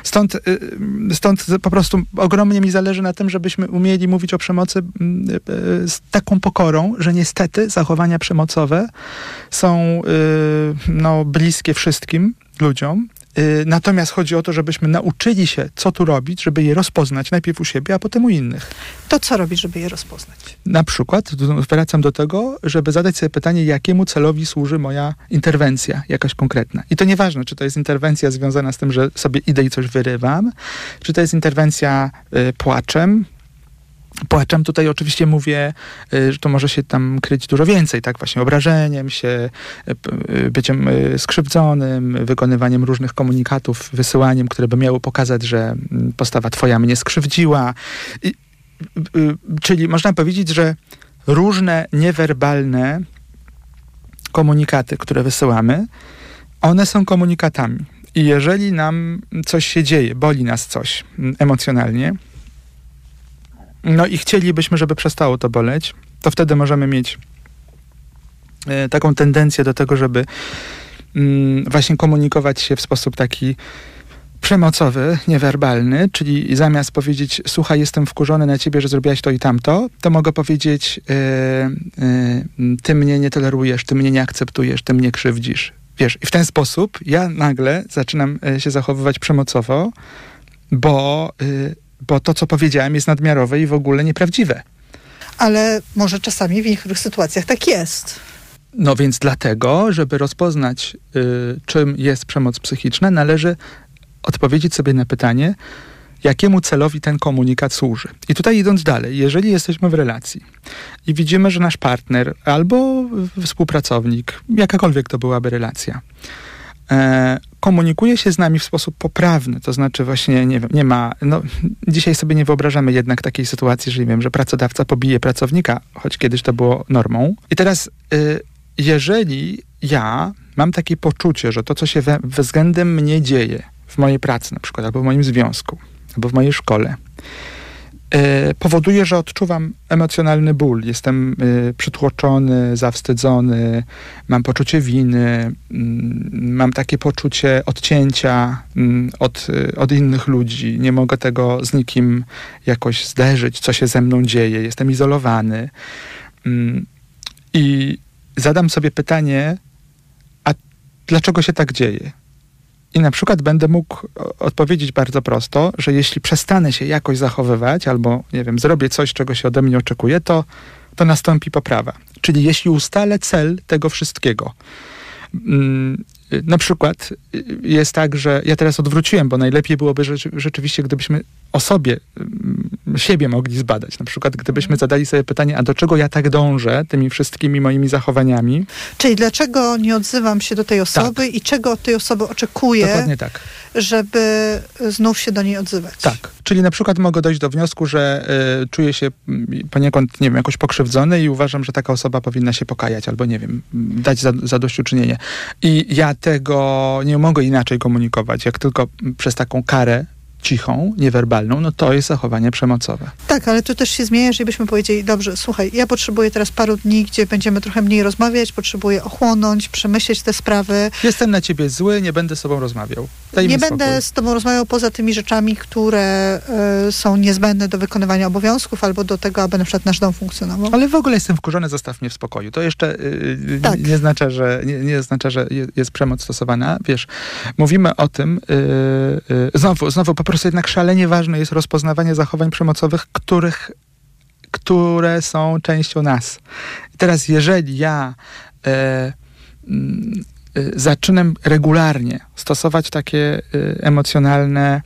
Stąd po prostu ogromnie mi zależy na tym, żebyśmy umieli mówić o przemocy z taką pokorą, że niestety zachowania przemocowe są bliskie wszystkim ludziom. Natomiast chodzi o to, żebyśmy nauczyli się, co tu robić, żeby je rozpoznać najpierw u siebie, a potem u innych. To co robić, żeby je rozpoznać? Na przykład wracam do tego, żeby zadać sobie pytanie, jakiemu celowi służy moja interwencja jakaś konkretna. I to nieważne, czy to jest interwencja związana z tym, że sobie idę i coś wyrywam, czy to jest interwencja płaczem. Płaczem tutaj oczywiście mówię, że to może się tam kryć dużo więcej, tak? Właśnie obrażeniem się, byciem skrzywdzonym, wykonywaniem różnych komunikatów, wysyłaniem, które by miały pokazać, że postawa twoja mnie skrzywdziła. Czyli można powiedzieć, że różne niewerbalne komunikaty, które wysyłamy, one są komunikatami. I jeżeli nam coś się dzieje, boli nas coś emocjonalnie, no i chcielibyśmy, żeby przestało to boleć, to wtedy możemy mieć taką tendencję do tego, żeby właśnie komunikować się w sposób taki przemocowy, niewerbalny, czyli zamiast powiedzieć, słuchaj, jestem wkurzony na ciebie, że zrobiłaś to i tamto, to mogę powiedzieć, ty mnie nie tolerujesz, ty mnie nie akceptujesz, ty mnie krzywdzisz. Wiesz, i w ten sposób ja nagle zaczynam się zachowywać przemocowo, bo to, co powiedziałem, jest nadmiarowe i w ogóle nieprawdziwe. Ale może czasami w niektórych sytuacjach tak jest. No więc dlatego, żeby rozpoznać, czym jest przemoc psychiczna, należy odpowiedzieć sobie na pytanie, jakiemu celowi ten komunikat służy. I tutaj idąc dalej, jeżeli jesteśmy w relacji i widzimy, że nasz partner albo współpracownik, jakakolwiek to byłaby relacja, komunikuje się z nami w sposób poprawny, to znaczy właśnie nie ma, dzisiaj sobie nie wyobrażamy jednak takiej sytuacji, że nie wiem, że pracodawca pobije pracownika, choć kiedyś to było normą. I teraz jeżeli ja mam takie poczucie, że to, co się względem mnie dzieje w mojej pracy na przykład, albo w moim związku, albo w mojej szkole, powoduje, że odczuwam emocjonalny ból. Jestem przytłoczony, zawstydzony, mam poczucie winy, mam takie poczucie odcięcia od innych ludzi. Nie mogę tego z nikim jakoś zderzyć, co się ze mną dzieje. Jestem izolowany. I zadam sobie pytanie, a dlaczego się tak dzieje? I na przykład będę mógł odpowiedzieć bardzo prosto, że jeśli przestanę się jakoś zachowywać, albo, nie wiem, zrobię coś, czego się ode mnie oczekuje, to nastąpi poprawa. Czyli jeśli ustalę cel tego wszystkiego. Na przykład jest tak, że ja teraz odwróciłem, bo najlepiej byłoby rzeczywiście, gdybyśmy siebie mogli zbadać. Na przykład gdybyśmy zadali sobie pytanie, a do czego ja tak dążę tymi wszystkimi moimi zachowaniami? Czyli dlaczego nie odzywam się do tej osoby i czego od tej osoby oczekuję, dokładnie tak, żeby znów się do niej odzywać. Tak. Czyli na przykład mogę dojść do wniosku, że czuję się poniekąd, nie wiem, jakoś pokrzywdzony i uważam, że taka osoba powinna się pokajać albo, nie wiem, dać zadośćuczynienie. I ja tego nie mogę inaczej komunikować, jak tylko przez taką karę cichą, niewerbalną, no to jest zachowanie przemocowe. Tak, ale to też się zmienia, jeżeli byśmy powiedzieli, dobrze, słuchaj, ja potrzebuję teraz paru dni, gdzie będziemy trochę mniej rozmawiać, potrzebuję ochłonąć, przemyśleć te sprawy. Jestem na ciebie zły, nie będę z tobą rozmawiał. Nie będę z tobą rozmawiał poza tymi rzeczami, które są niezbędne do wykonywania obowiązków albo do tego, aby na przykład nasz dom funkcjonował. Ale w ogóle jestem wkurzony, zostaw mnie w spokoju. To jeszcze nie oznacza, że jest przemoc stosowana. Wiesz, mówimy o tym, znowu po prostu jednak szalenie ważne jest rozpoznawanie zachowań przemocowych, które są częścią nas. I teraz jeżeli ja zaczynam regularnie stosować takie emocjonalne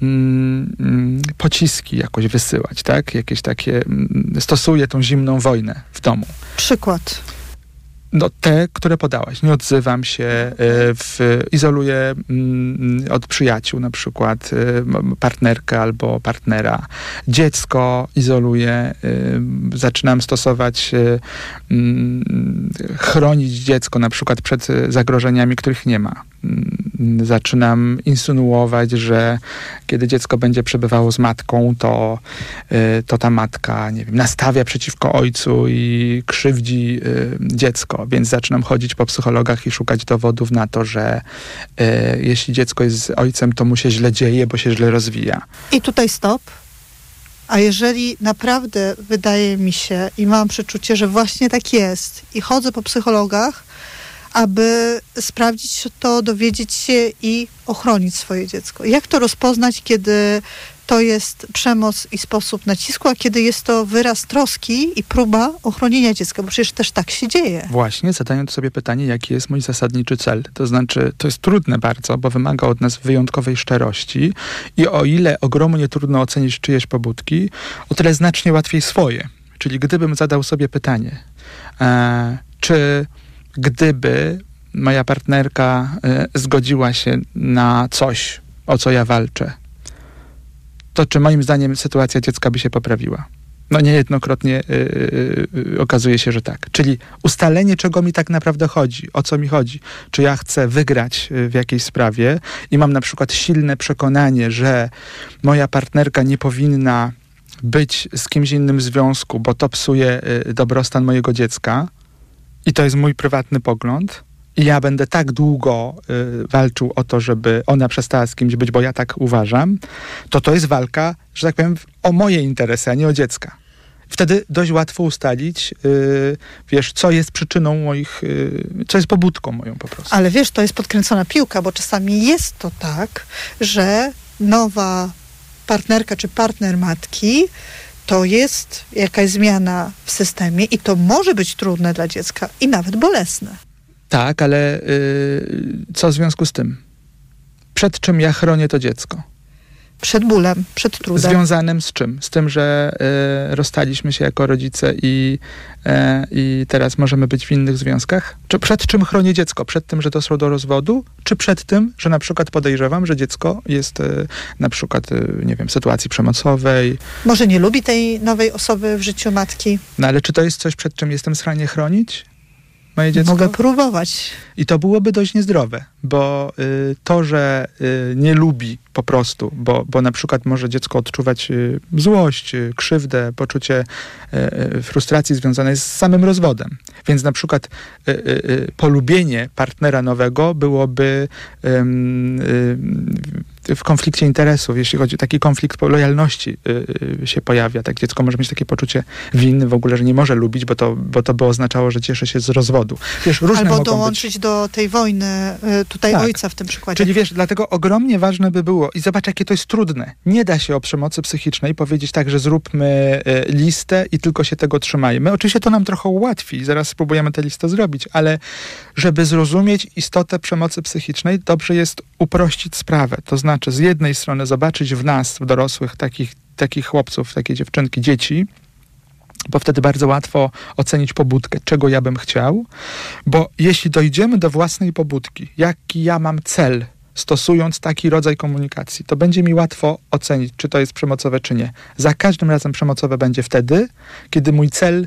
pociski jakoś wysyłać, tak? Jakieś takie, stosuję tą zimną wojnę w domu. Przykład. No te, które podałaś. Nie odzywam się, izoluję od przyjaciół na przykład partnerkę albo partnera. Dziecko izoluję, zaczynam stosować, chronić dziecko na przykład przed zagrożeniami, których nie ma. Zaczynam insynuować, że kiedy dziecko będzie przebywało z matką, to ta matka, nie wiem, nastawia przeciwko ojcu i krzywdzi dziecko. Więc zaczynam chodzić po psychologach i szukać dowodów na to, że jeśli dziecko jest z ojcem, to mu się źle dzieje, bo się źle rozwija. I tutaj stop. A jeżeli naprawdę wydaje mi się i mam przeczucie, że właśnie tak jest i chodzę po psychologach, aby sprawdzić to, dowiedzieć się i ochronić swoje dziecko. Jak to rozpoznać, kiedy to jest przemoc i sposób nacisku, a kiedy jest to wyraz troski i próba ochronienia dziecka, bo przecież też tak się dzieje. Właśnie, zadając sobie pytanie, jaki jest mój zasadniczy cel. To znaczy, to jest trudne bardzo, bo wymaga od nas wyjątkowej szczerości i o ile ogromnie trudno ocenić czyjeś pobudki, o tyle znacznie łatwiej swoje. Czyli gdybym zadał sobie pytanie, czy gdyby moja partnerka zgodziła się na coś, o co ja walczę, to czy moim zdaniem sytuacja dziecka by się poprawiła? No niejednokrotnie okazuje się, że tak. Czyli ustalenie, czego mi tak naprawdę chodzi, o co mi chodzi. Czy ja chcę wygrać w jakiejś sprawie i mam na przykład silne przekonanie, że moja partnerka nie powinna być z kimś innym w związku, bo to psuje dobrostan mojego dziecka i to jest mój prywatny pogląd, i ja będę tak długo walczył o to, żeby ona przestała z kimś być, bo ja tak uważam, to jest walka, że tak powiem, o moje interesy, a nie o dziecka. Wtedy dość łatwo ustalić, co jest przyczyną moich, co jest pobudką moją po prostu. Ale wiesz, to jest podkręcona piłka, bo czasami jest to tak, że nowa partnerka czy partner matki to jest jakaś zmiana w systemie i to może być trudne dla dziecka i nawet bolesne. Tak, ale co w związku z tym? Przed czym ja chronię to dziecko? Przed bólem, przed trudem. Związanym z czym? Z tym, że rozstaliśmy się jako rodzice i teraz możemy być w innych związkach? Czy przed czym chronię dziecko? Przed tym, że doszło do rozwodu? Czy przed tym, że na przykład podejrzewam, że dziecko jest na przykład, nie wiem, w sytuacji przemocowej? Może nie lubi tej nowej osoby w życiu matki? No ale czy to jest coś, przed czym jestem w stanie chronić moje dziecko? Mogę próbować. I to byłoby dość niezdrowe, bo to, że nie lubi po prostu, bo na przykład może dziecko odczuwać złość, krzywdę, poczucie frustracji związane z samym rozwodem. Więc na przykład polubienie partnera nowego byłoby w konflikcie interesów, jeśli chodzi o taki konflikt lojalności się pojawia. Tak, dziecko może mieć takie poczucie winy w ogóle, że nie może lubić, bo to by oznaczało, że cieszy się z rozwodu. Wiesz, różne albo mogą dołączyć do tej wojny tutaj tak. ojca w tym przykładzie. Czyli wiesz, dlatego ogromnie ważne by było i zobacz, jakie to jest trudne. Nie da się o przemocy psychicznej powiedzieć tak, że zróbmy listę i tylko się tego trzymajmy. Oczywiście to nam trochę ułatwi, zaraz spróbujemy tę listę zrobić, ale żeby zrozumieć istotę przemocy psychicznej, dobrze jest uprościć sprawę. To znaczy z jednej strony zobaczyć w nas, w dorosłych, takich chłopców, takie dziewczynki, dzieci, bo wtedy bardzo łatwo ocenić pobudkę, czego ja bym chciał, bo jeśli dojdziemy do własnej pobudki, jaki ja mam cel, stosując taki rodzaj komunikacji, to będzie mi łatwo ocenić, czy to jest przemocowe, czy nie. Za każdym razem przemocowe będzie wtedy, kiedy mój cel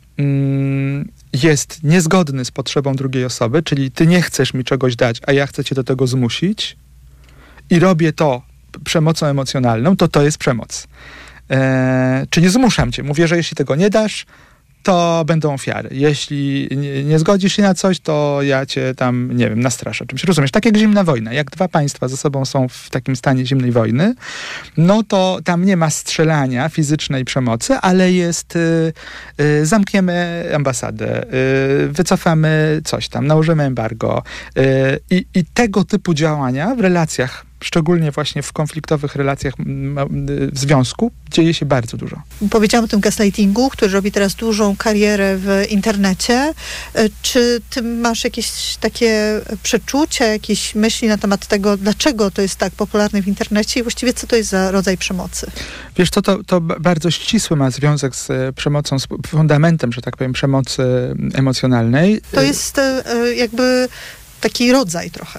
jest niezgodny z potrzebą drugiej osoby, czyli ty nie chcesz mi czegoś dać, a ja chcę cię do tego zmusić i robię to przemocą emocjonalną, to jest przemoc. Czyli zmuszam cię. Mówię, że jeśli tego nie dasz, to będą ofiary. Jeśli nie zgodzisz się na coś, to ja cię tam, nie wiem, nastraszę czymś. Rozumiesz? Tak jak zimna wojna. Jak dwa państwa ze sobą są w takim stanie zimnej wojny, no to tam nie ma strzelania, fizycznej przemocy, ale jest zamkniemy ambasadę, wycofamy coś tam, nałożymy embargo. I tego typu działania w relacjach, szczególnie właśnie w konfliktowych relacjach w związku, dzieje się bardzo dużo. Powiedziałam o tym gaslightingu, który robi teraz dużą karierę w internecie. Czy ty masz jakieś takie przeczucia, jakieś myśli na temat tego, dlaczego to jest tak popularne w internecie i właściwie co to jest za rodzaj przemocy? Wiesz co, to bardzo ścisły ma związek z przemocą, z fundamentem, że tak powiem, przemocy emocjonalnej. To jest jakby taki rodzaj trochę.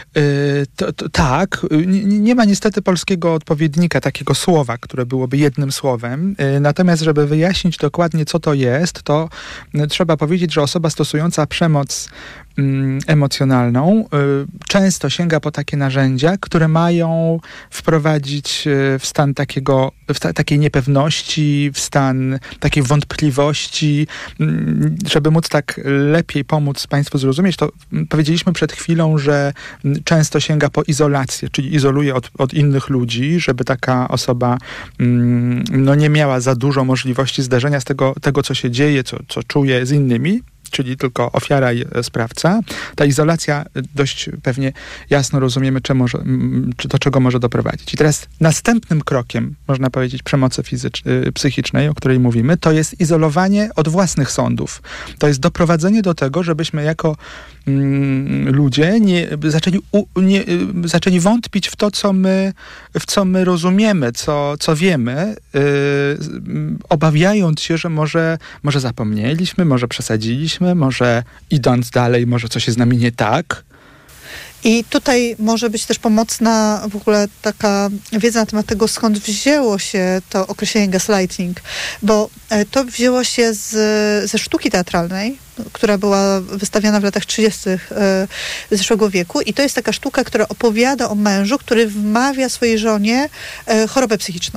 Tak. Nie ma niestety polskiego odpowiednika, takiego słowa, które byłoby jednym słowem. Natomiast, żeby wyjaśnić dokładnie, co to jest, to trzeba powiedzieć, że osoba stosująca przemoc emocjonalną często sięga po takie narzędzia, które mają wprowadzić w stan takiej niepewności, w stan takiej wątpliwości. Żeby móc tak lepiej pomóc Państwu zrozumieć, to powiedzieliśmy przed chwilą, że często sięga po izolację, czyli izoluje od innych ludzi, żeby taka osoba nie miała za dużo możliwości zderzenia z tego co się dzieje, co czuje z innymi, czyli tylko ofiara i sprawca. Ta izolacja dość pewnie jasno rozumiemy, do czego może doprowadzić. I teraz następnym krokiem, można powiedzieć, przemocy psychicznej, o której mówimy, to jest izolowanie od własnych sądów. To jest doprowadzenie do tego, żebyśmy jako ludzie zaczęli wątpić w to, co my rozumiemy, co wiemy, obawiając się, że może zapomnieliśmy, może przesadziliśmy, może idąc dalej, może coś jest z nami nie tak. I tutaj może być też pomocna w ogóle taka wiedza na temat tego, skąd wzięło się to określenie gaslighting, bo to wzięło się ze sztuki teatralnej, która była wystawiana w latach 30. zeszłego wieku i to jest taka sztuka, która opowiada o mężu, który wmawia swojej żonie chorobę psychiczną.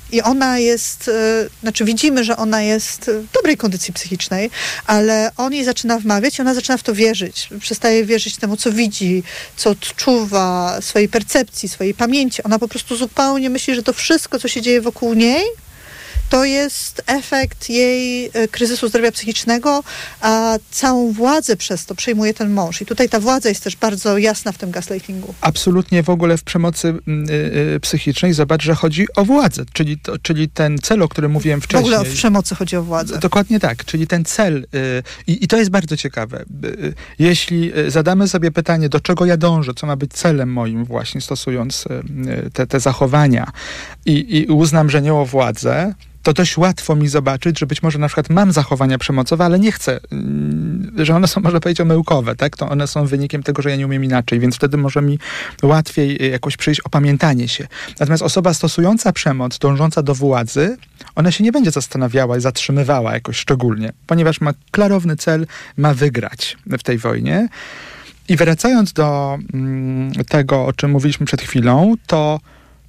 I ona jest, widzimy, że ona jest w dobrej kondycji psychicznej, ale on jej zaczyna wmawiać i ona zaczyna w to wierzyć. Przestaje wierzyć temu, co widzi, co odczuwa, swojej percepcji, swojej pamięci. Ona po prostu zupełnie myśli, że to wszystko, co się dzieje wokół niej, to jest efekt jej kryzysu zdrowia psychicznego, a całą władzę przez to przejmuje ten mąż. I tutaj ta władza jest też bardzo jasna w tym gaslightingu. Absolutnie w ogóle w przemocy psychicznej zobacz, że chodzi o władzę, czyli ten cel, o którym mówiłem wcześniej. W ogóle w przemocy chodzi o władzę. Dokładnie tak, czyli ten cel. I to jest bardzo ciekawe. Jeśli zadamy sobie pytanie, do czego ja dążę, co ma być celem moim właśnie stosując te zachowania i uznam, że nie o władzę, to dość łatwo mi zobaczyć, że być może na przykład mam zachowania przemocowe, ale nie chcę, że one są, można powiedzieć, omyłkowe, tak? To one są wynikiem tego, że ja nie umiem inaczej, więc wtedy może mi łatwiej jakoś przyjść opamiętanie się. Natomiast osoba stosująca przemoc, dążąca do władzy, ona się nie będzie zastanawiała i zatrzymywała jakoś szczególnie, ponieważ ma klarowny cel, ma wygrać w tej wojnie. I wracając do tego, o czym mówiliśmy przed chwilą, to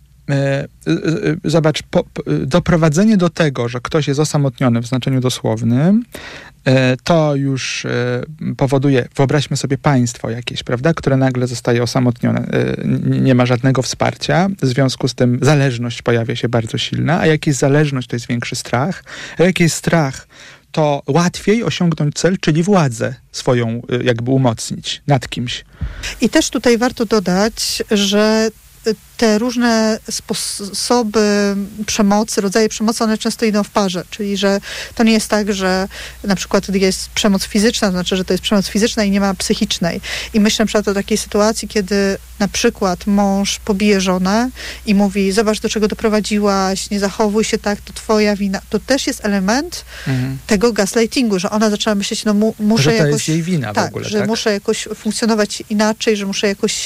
zobacz, doprowadzenie do tego, że ktoś jest osamotniony w znaczeniu dosłownym, to już powoduje, wyobraźmy sobie państwo jakieś, prawda, które nagle zostaje osamotnione, nie ma żadnego wsparcia, w związku z tym zależność pojawia się bardzo silna, a jak jest zależność, to jest większy strach, a jak jest strach, to łatwiej osiągnąć cel, czyli władzę swoją jakby umocnić nad kimś. I też tutaj warto dodać, że te różne sposoby przemocy, rodzaje przemocy, one często idą w parze, czyli że to nie jest tak, że na przykład jest przemoc fizyczna, to znaczy, że to jest przemoc fizyczna i nie ma psychicznej. I myślę na przykład o takiej sytuacji, kiedy na przykład mąż pobije żonę i mówi, zobacz, do czego doprowadziłaś, nie zachowuj się tak, to twoja wina. To też jest element tego gaslightingu, że ona zaczęła myśleć, muszę że to jakoś... jest jej wina tak, w ogóle, że tak? muszę jakoś funkcjonować inaczej, że muszę jakoś,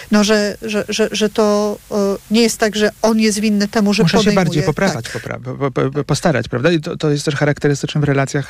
że to nie jest tak, że on jest winny temu, że muszę podejmuje. Muszę się bardziej poprawać, tak. Postarać, prawda? I to jest też charakterystyczne w relacjach,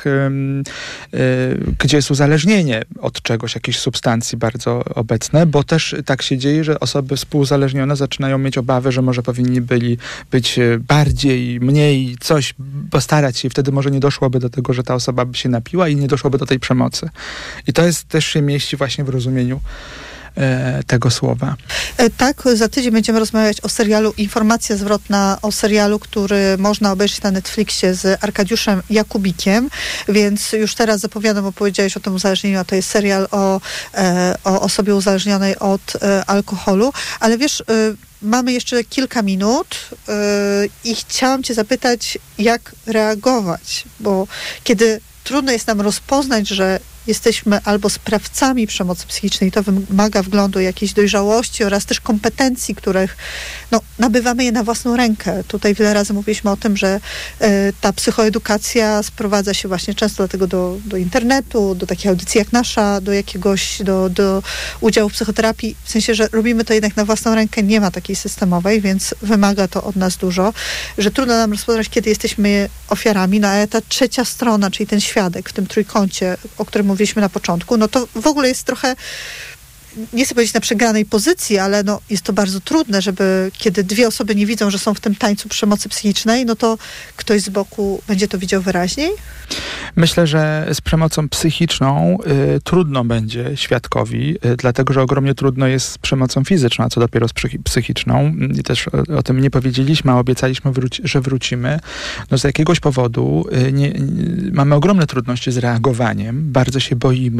gdzie jest uzależnienie od czegoś, jakiejś substancji bardzo obecne, bo też tak się dzieje, że osoby współuzależnione zaczynają mieć obawy, że może powinni byli być bardziej, mniej, coś postarać się i wtedy może nie doszłoby do tego, że ta osoba by się napiła i nie doszłoby do tej przemocy. I to jest też się mieści właśnie w rozumieniu tego słowa. Tak, za tydzień będziemy rozmawiać o serialu Informacja zwrotna, o serialu, który można obejrzeć na Netflixie z Arkadiuszem Jakubikiem, więc już teraz zapowiadam, bo powiedziałeś o tym uzależnieniu, a to jest serial o osobie uzależnionej od alkoholu, ale wiesz, mamy jeszcze kilka minut i chciałam cię zapytać, jak reagować, bo kiedy trudno jest nam rozpoznać, że jesteśmy albo sprawcami przemocy psychicznej, to wymaga wglądu jakiejś dojrzałości oraz też kompetencji, których nabywamy je na własną rękę. Tutaj wiele razy mówiliśmy o tym, że ta psychoedukacja sprowadza się właśnie często dlatego do internetu, do takiej audycji jak nasza, do udziału w psychoterapii, w sensie, że robimy to jednak na własną rękę, nie ma takiej systemowej, więc wymaga to od nas dużo, że trudno nam rozpoznać, kiedy jesteśmy ofiarami, ale ta trzecia strona, czyli ten świadek w tym trójkącie, o którym mówiliśmy na początku, to w ogóle jest trochę, nie chcę powiedzieć na przegranej pozycji, ale jest to bardzo trudne, żeby kiedy dwie osoby nie widzą, że są w tym tańcu przemocy psychicznej, to ktoś z boku będzie to widział wyraźniej? Myślę, że z przemocą psychiczną trudno będzie świadkowi, dlatego, że ogromnie trudno jest z przemocą fizyczną, a co dopiero z psychiczną. I też o tym nie powiedzieliśmy, a obiecaliśmy, że wrócimy. Z jakiegoś powodu mamy ogromne trudności z reagowaniem. Bardzo się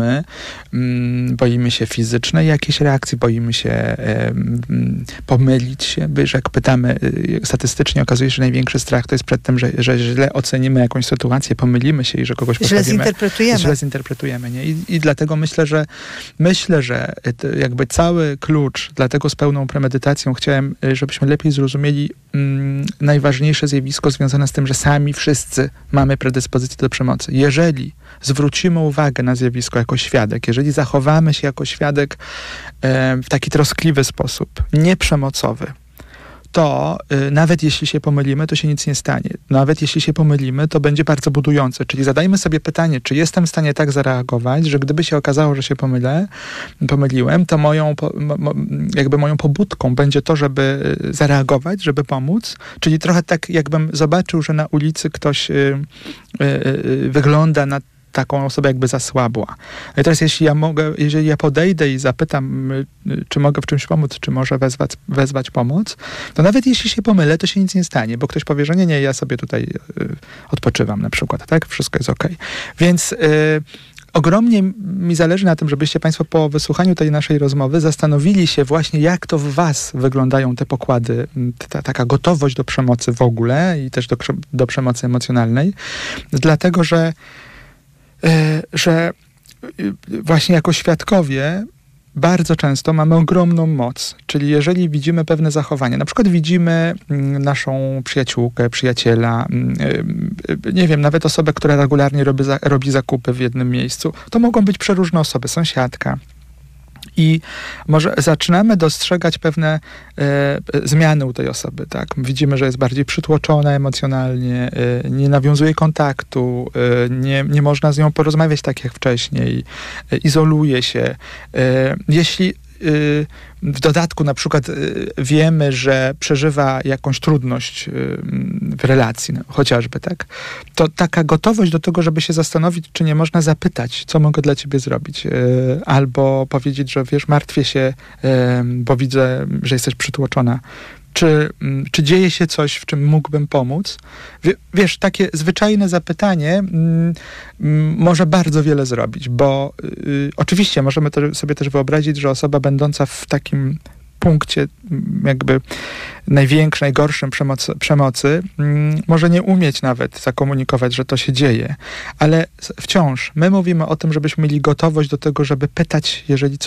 boimy się fizycznej jakiejś reakcji, boimy się pomylić się, że jak pytamy, statystycznie okazuje się, że największy strach to jest przed tym, że źle ocenimy jakąś sytuację, pomylimy się i że kogoś postawimy. Źle zinterpretujemy. Nie? I dlatego myślę, że jakby cały klucz, dlatego z pełną premedytacją chciałem, żebyśmy lepiej zrozumieli najważniejsze zjawisko związane z tym, że sami wszyscy mamy predyspozycję do przemocy. Jeżeli zwrócimy uwagę na zjawisko jako świadek, jeżeli zachowamy się jako świadek w taki troskliwy sposób, nieprzemocowy, to nawet jeśli się pomylimy, to się nic nie stanie. Nawet jeśli się pomylimy, to będzie bardzo budujące. Czyli zadajmy sobie pytanie, czy jestem w stanie tak zareagować, że gdyby się okazało, że się pomyliłem, to moją pobudką będzie to, żeby zareagować, żeby pomóc. Czyli trochę tak, jakbym zobaczył, że na ulicy ktoś wygląda na taką osobę jakby zasłabła. No i teraz jeżeli ja podejdę i zapytam, czy mogę w czymś pomóc, czy może wezwać pomoc, to nawet jeśli się pomylę, to się nic nie stanie, bo ktoś powie, że nie, ja sobie tutaj odpoczywam na przykład, tak? Wszystko jest okej. Więc ogromnie mi zależy na tym, żebyście Państwo po wysłuchaniu tej naszej rozmowy zastanowili się właśnie, jak to w Was wyglądają te pokłady, taka gotowość do przemocy w ogóle i też do przemocy emocjonalnej, dlatego, że właśnie jako świadkowie bardzo często mamy ogromną moc. Czyli jeżeli widzimy pewne zachowania, na przykład widzimy naszą przyjaciółkę, przyjaciela, nie wiem, nawet osobę, która regularnie robi zakupy w jednym miejscu, to mogą być przeróżne osoby, sąsiadka. I może zaczynamy dostrzegać pewne zmiany u tej osoby, tak? Widzimy, że jest bardziej przytłoczona emocjonalnie, nie nawiązuje kontaktu, nie można z nią porozmawiać tak jak wcześniej, izoluje się. Jeśli w dodatku na przykład wiemy, że przeżywa jakąś trudność w relacji, no, chociażby, tak? To taka gotowość do tego, żeby się zastanowić, czy nie można zapytać, co mogę dla ciebie zrobić. Albo powiedzieć, że wiesz, martwię się, bo widzę, że jesteś przytłoczona. Czy dzieje się coś, w czym mógłbym pomóc? Wiesz, takie zwyczajne zapytanie może bardzo wiele zrobić, bo oczywiście możemy sobie też wyobrazić, że osoba będąca w takim punkcie jakby najgorszym przemocy może nie umieć nawet zakomunikować, że to się dzieje, ale wciąż my mówimy o tym, żebyśmy mieli gotowość do tego, żeby pytać, jeżeli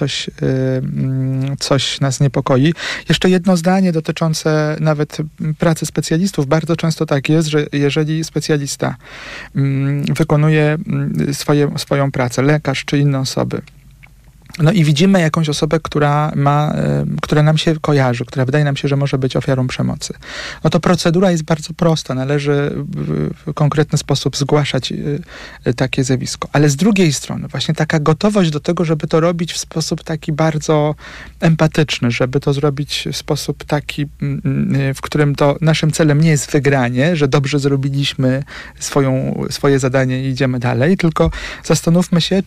coś nas niepokoi. Jeszcze jedno zdanie dotyczące nawet pracy specjalistów. Bardzo często tak jest, że jeżeli specjalista wykonuje swoją pracę, lekarz czy inne osoby, no i widzimy jakąś osobę, która nam się kojarzy, która wydaje nam się, że może być ofiarą przemocy. No to procedura jest bardzo prosta. Należy w konkretny sposób zgłaszać takie zjawisko. Ale z drugiej strony właśnie taka gotowość do tego, żeby to robić w sposób taki bardzo empatyczny, żeby to zrobić w sposób taki, w którym to naszym celem nie jest wygranie, że dobrze zrobiliśmy swoje zadanie i idziemy dalej, tylko zastanówmy się,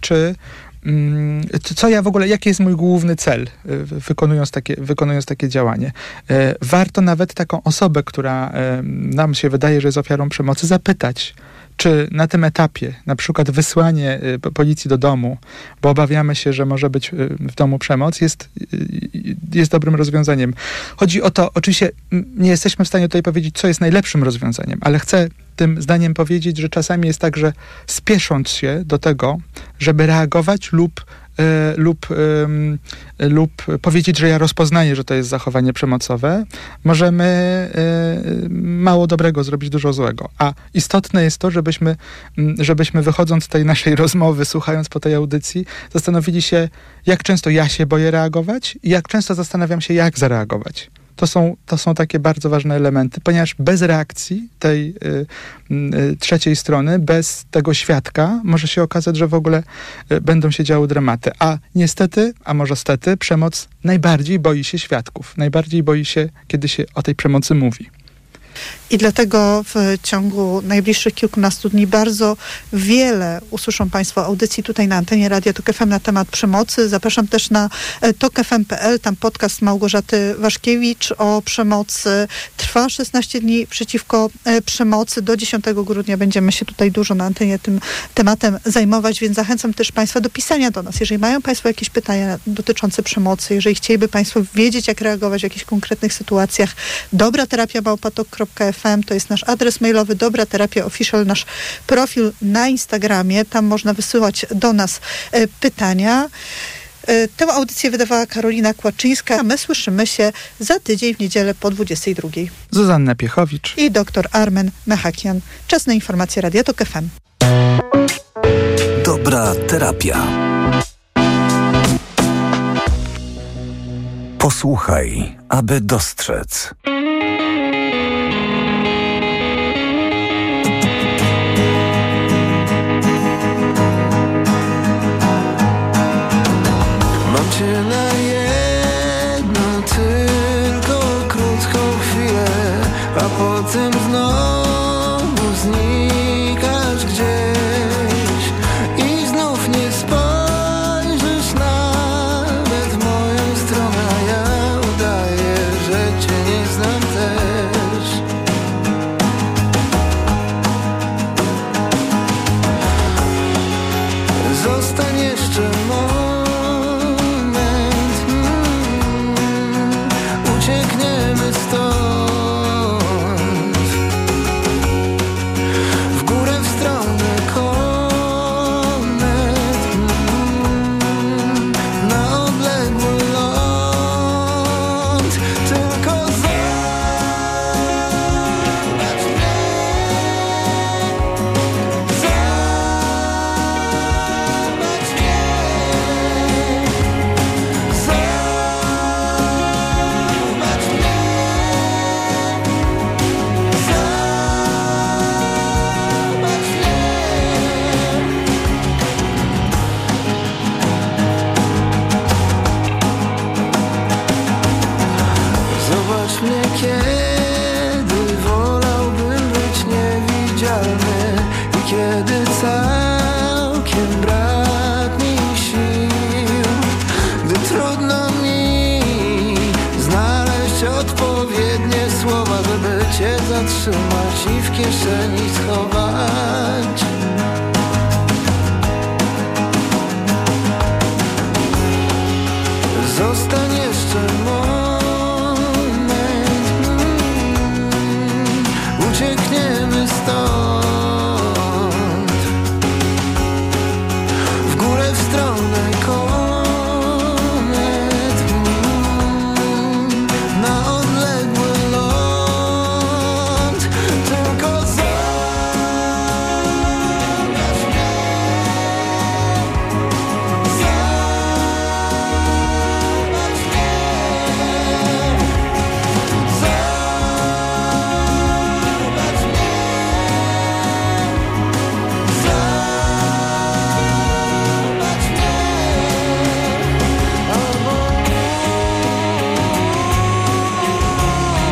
jaki jest mój główny cel, wykonując takie działanie. Warto nawet taką osobę, która nam się wydaje, że jest ofiarą przemocy, zapytać, czy na tym etapie, na przykład wysłanie policji do domu, bo obawiamy się, że może być w domu przemoc, jest dobrym rozwiązaniem. Chodzi o to, oczywiście nie jesteśmy w stanie tutaj powiedzieć, co jest najlepszym rozwiązaniem, ale chcę tym zdaniem powiedzieć, że czasami jest tak, że spiesząc się do tego, żeby reagować lub powiedzieć, że ja rozpoznaję, że to jest zachowanie przemocowe, możemy mało dobrego zrobić, dużo złego. A istotne jest to, żebyśmy wychodząc z tej naszej rozmowy, słuchając po tej audycji, zastanowili się, jak często ja się boję reagować i jak często zastanawiam się, jak zareagować. To są takie bardzo ważne elementy, ponieważ bez reakcji tej trzeciej strony, bez tego świadka, może się okazać, że w ogóle będą się działy dramaty. A niestety, a może stety, przemoc najbardziej boi się świadków. Najbardziej boi się, kiedy się o tej przemocy mówi. I dlatego w ciągu najbliższych kilkunastu dni bardzo wiele usłyszą Państwo audycji tutaj na antenie Radia Tok FM na temat przemocy. Zapraszam też na tokfm.pl, tam podcast Małgorzaty Waszkiewicz o przemocy. Trwa 16 dni przeciwko przemocy. Do 10 grudnia będziemy się tutaj dużo na antenie tym tematem zajmować, więc zachęcam też Państwa do pisania do nas. Jeżeli mają Państwo jakieś pytania dotyczące przemocy, jeżeli chcieliby Państwo wiedzieć, jak reagować w jakichś konkretnych sytuacjach, dobraterapia@tok.fm to jest nasz adres mailowy, Dobra Terapia Official, nasz profil na Instagramie. Tam można wysyłać do nas pytania. Tę audycję wydawała Karolina Kłaczyńska, a my słyszymy się za tydzień w niedzielę po 22:00. Zuzanna Piechowicz i dr Armen Mechakian. Czas na informacje Radia Tok FM. Dobra terapia. Posłuchaj, aby dostrzec. zatrzymać i w kieszeni schować. Zostań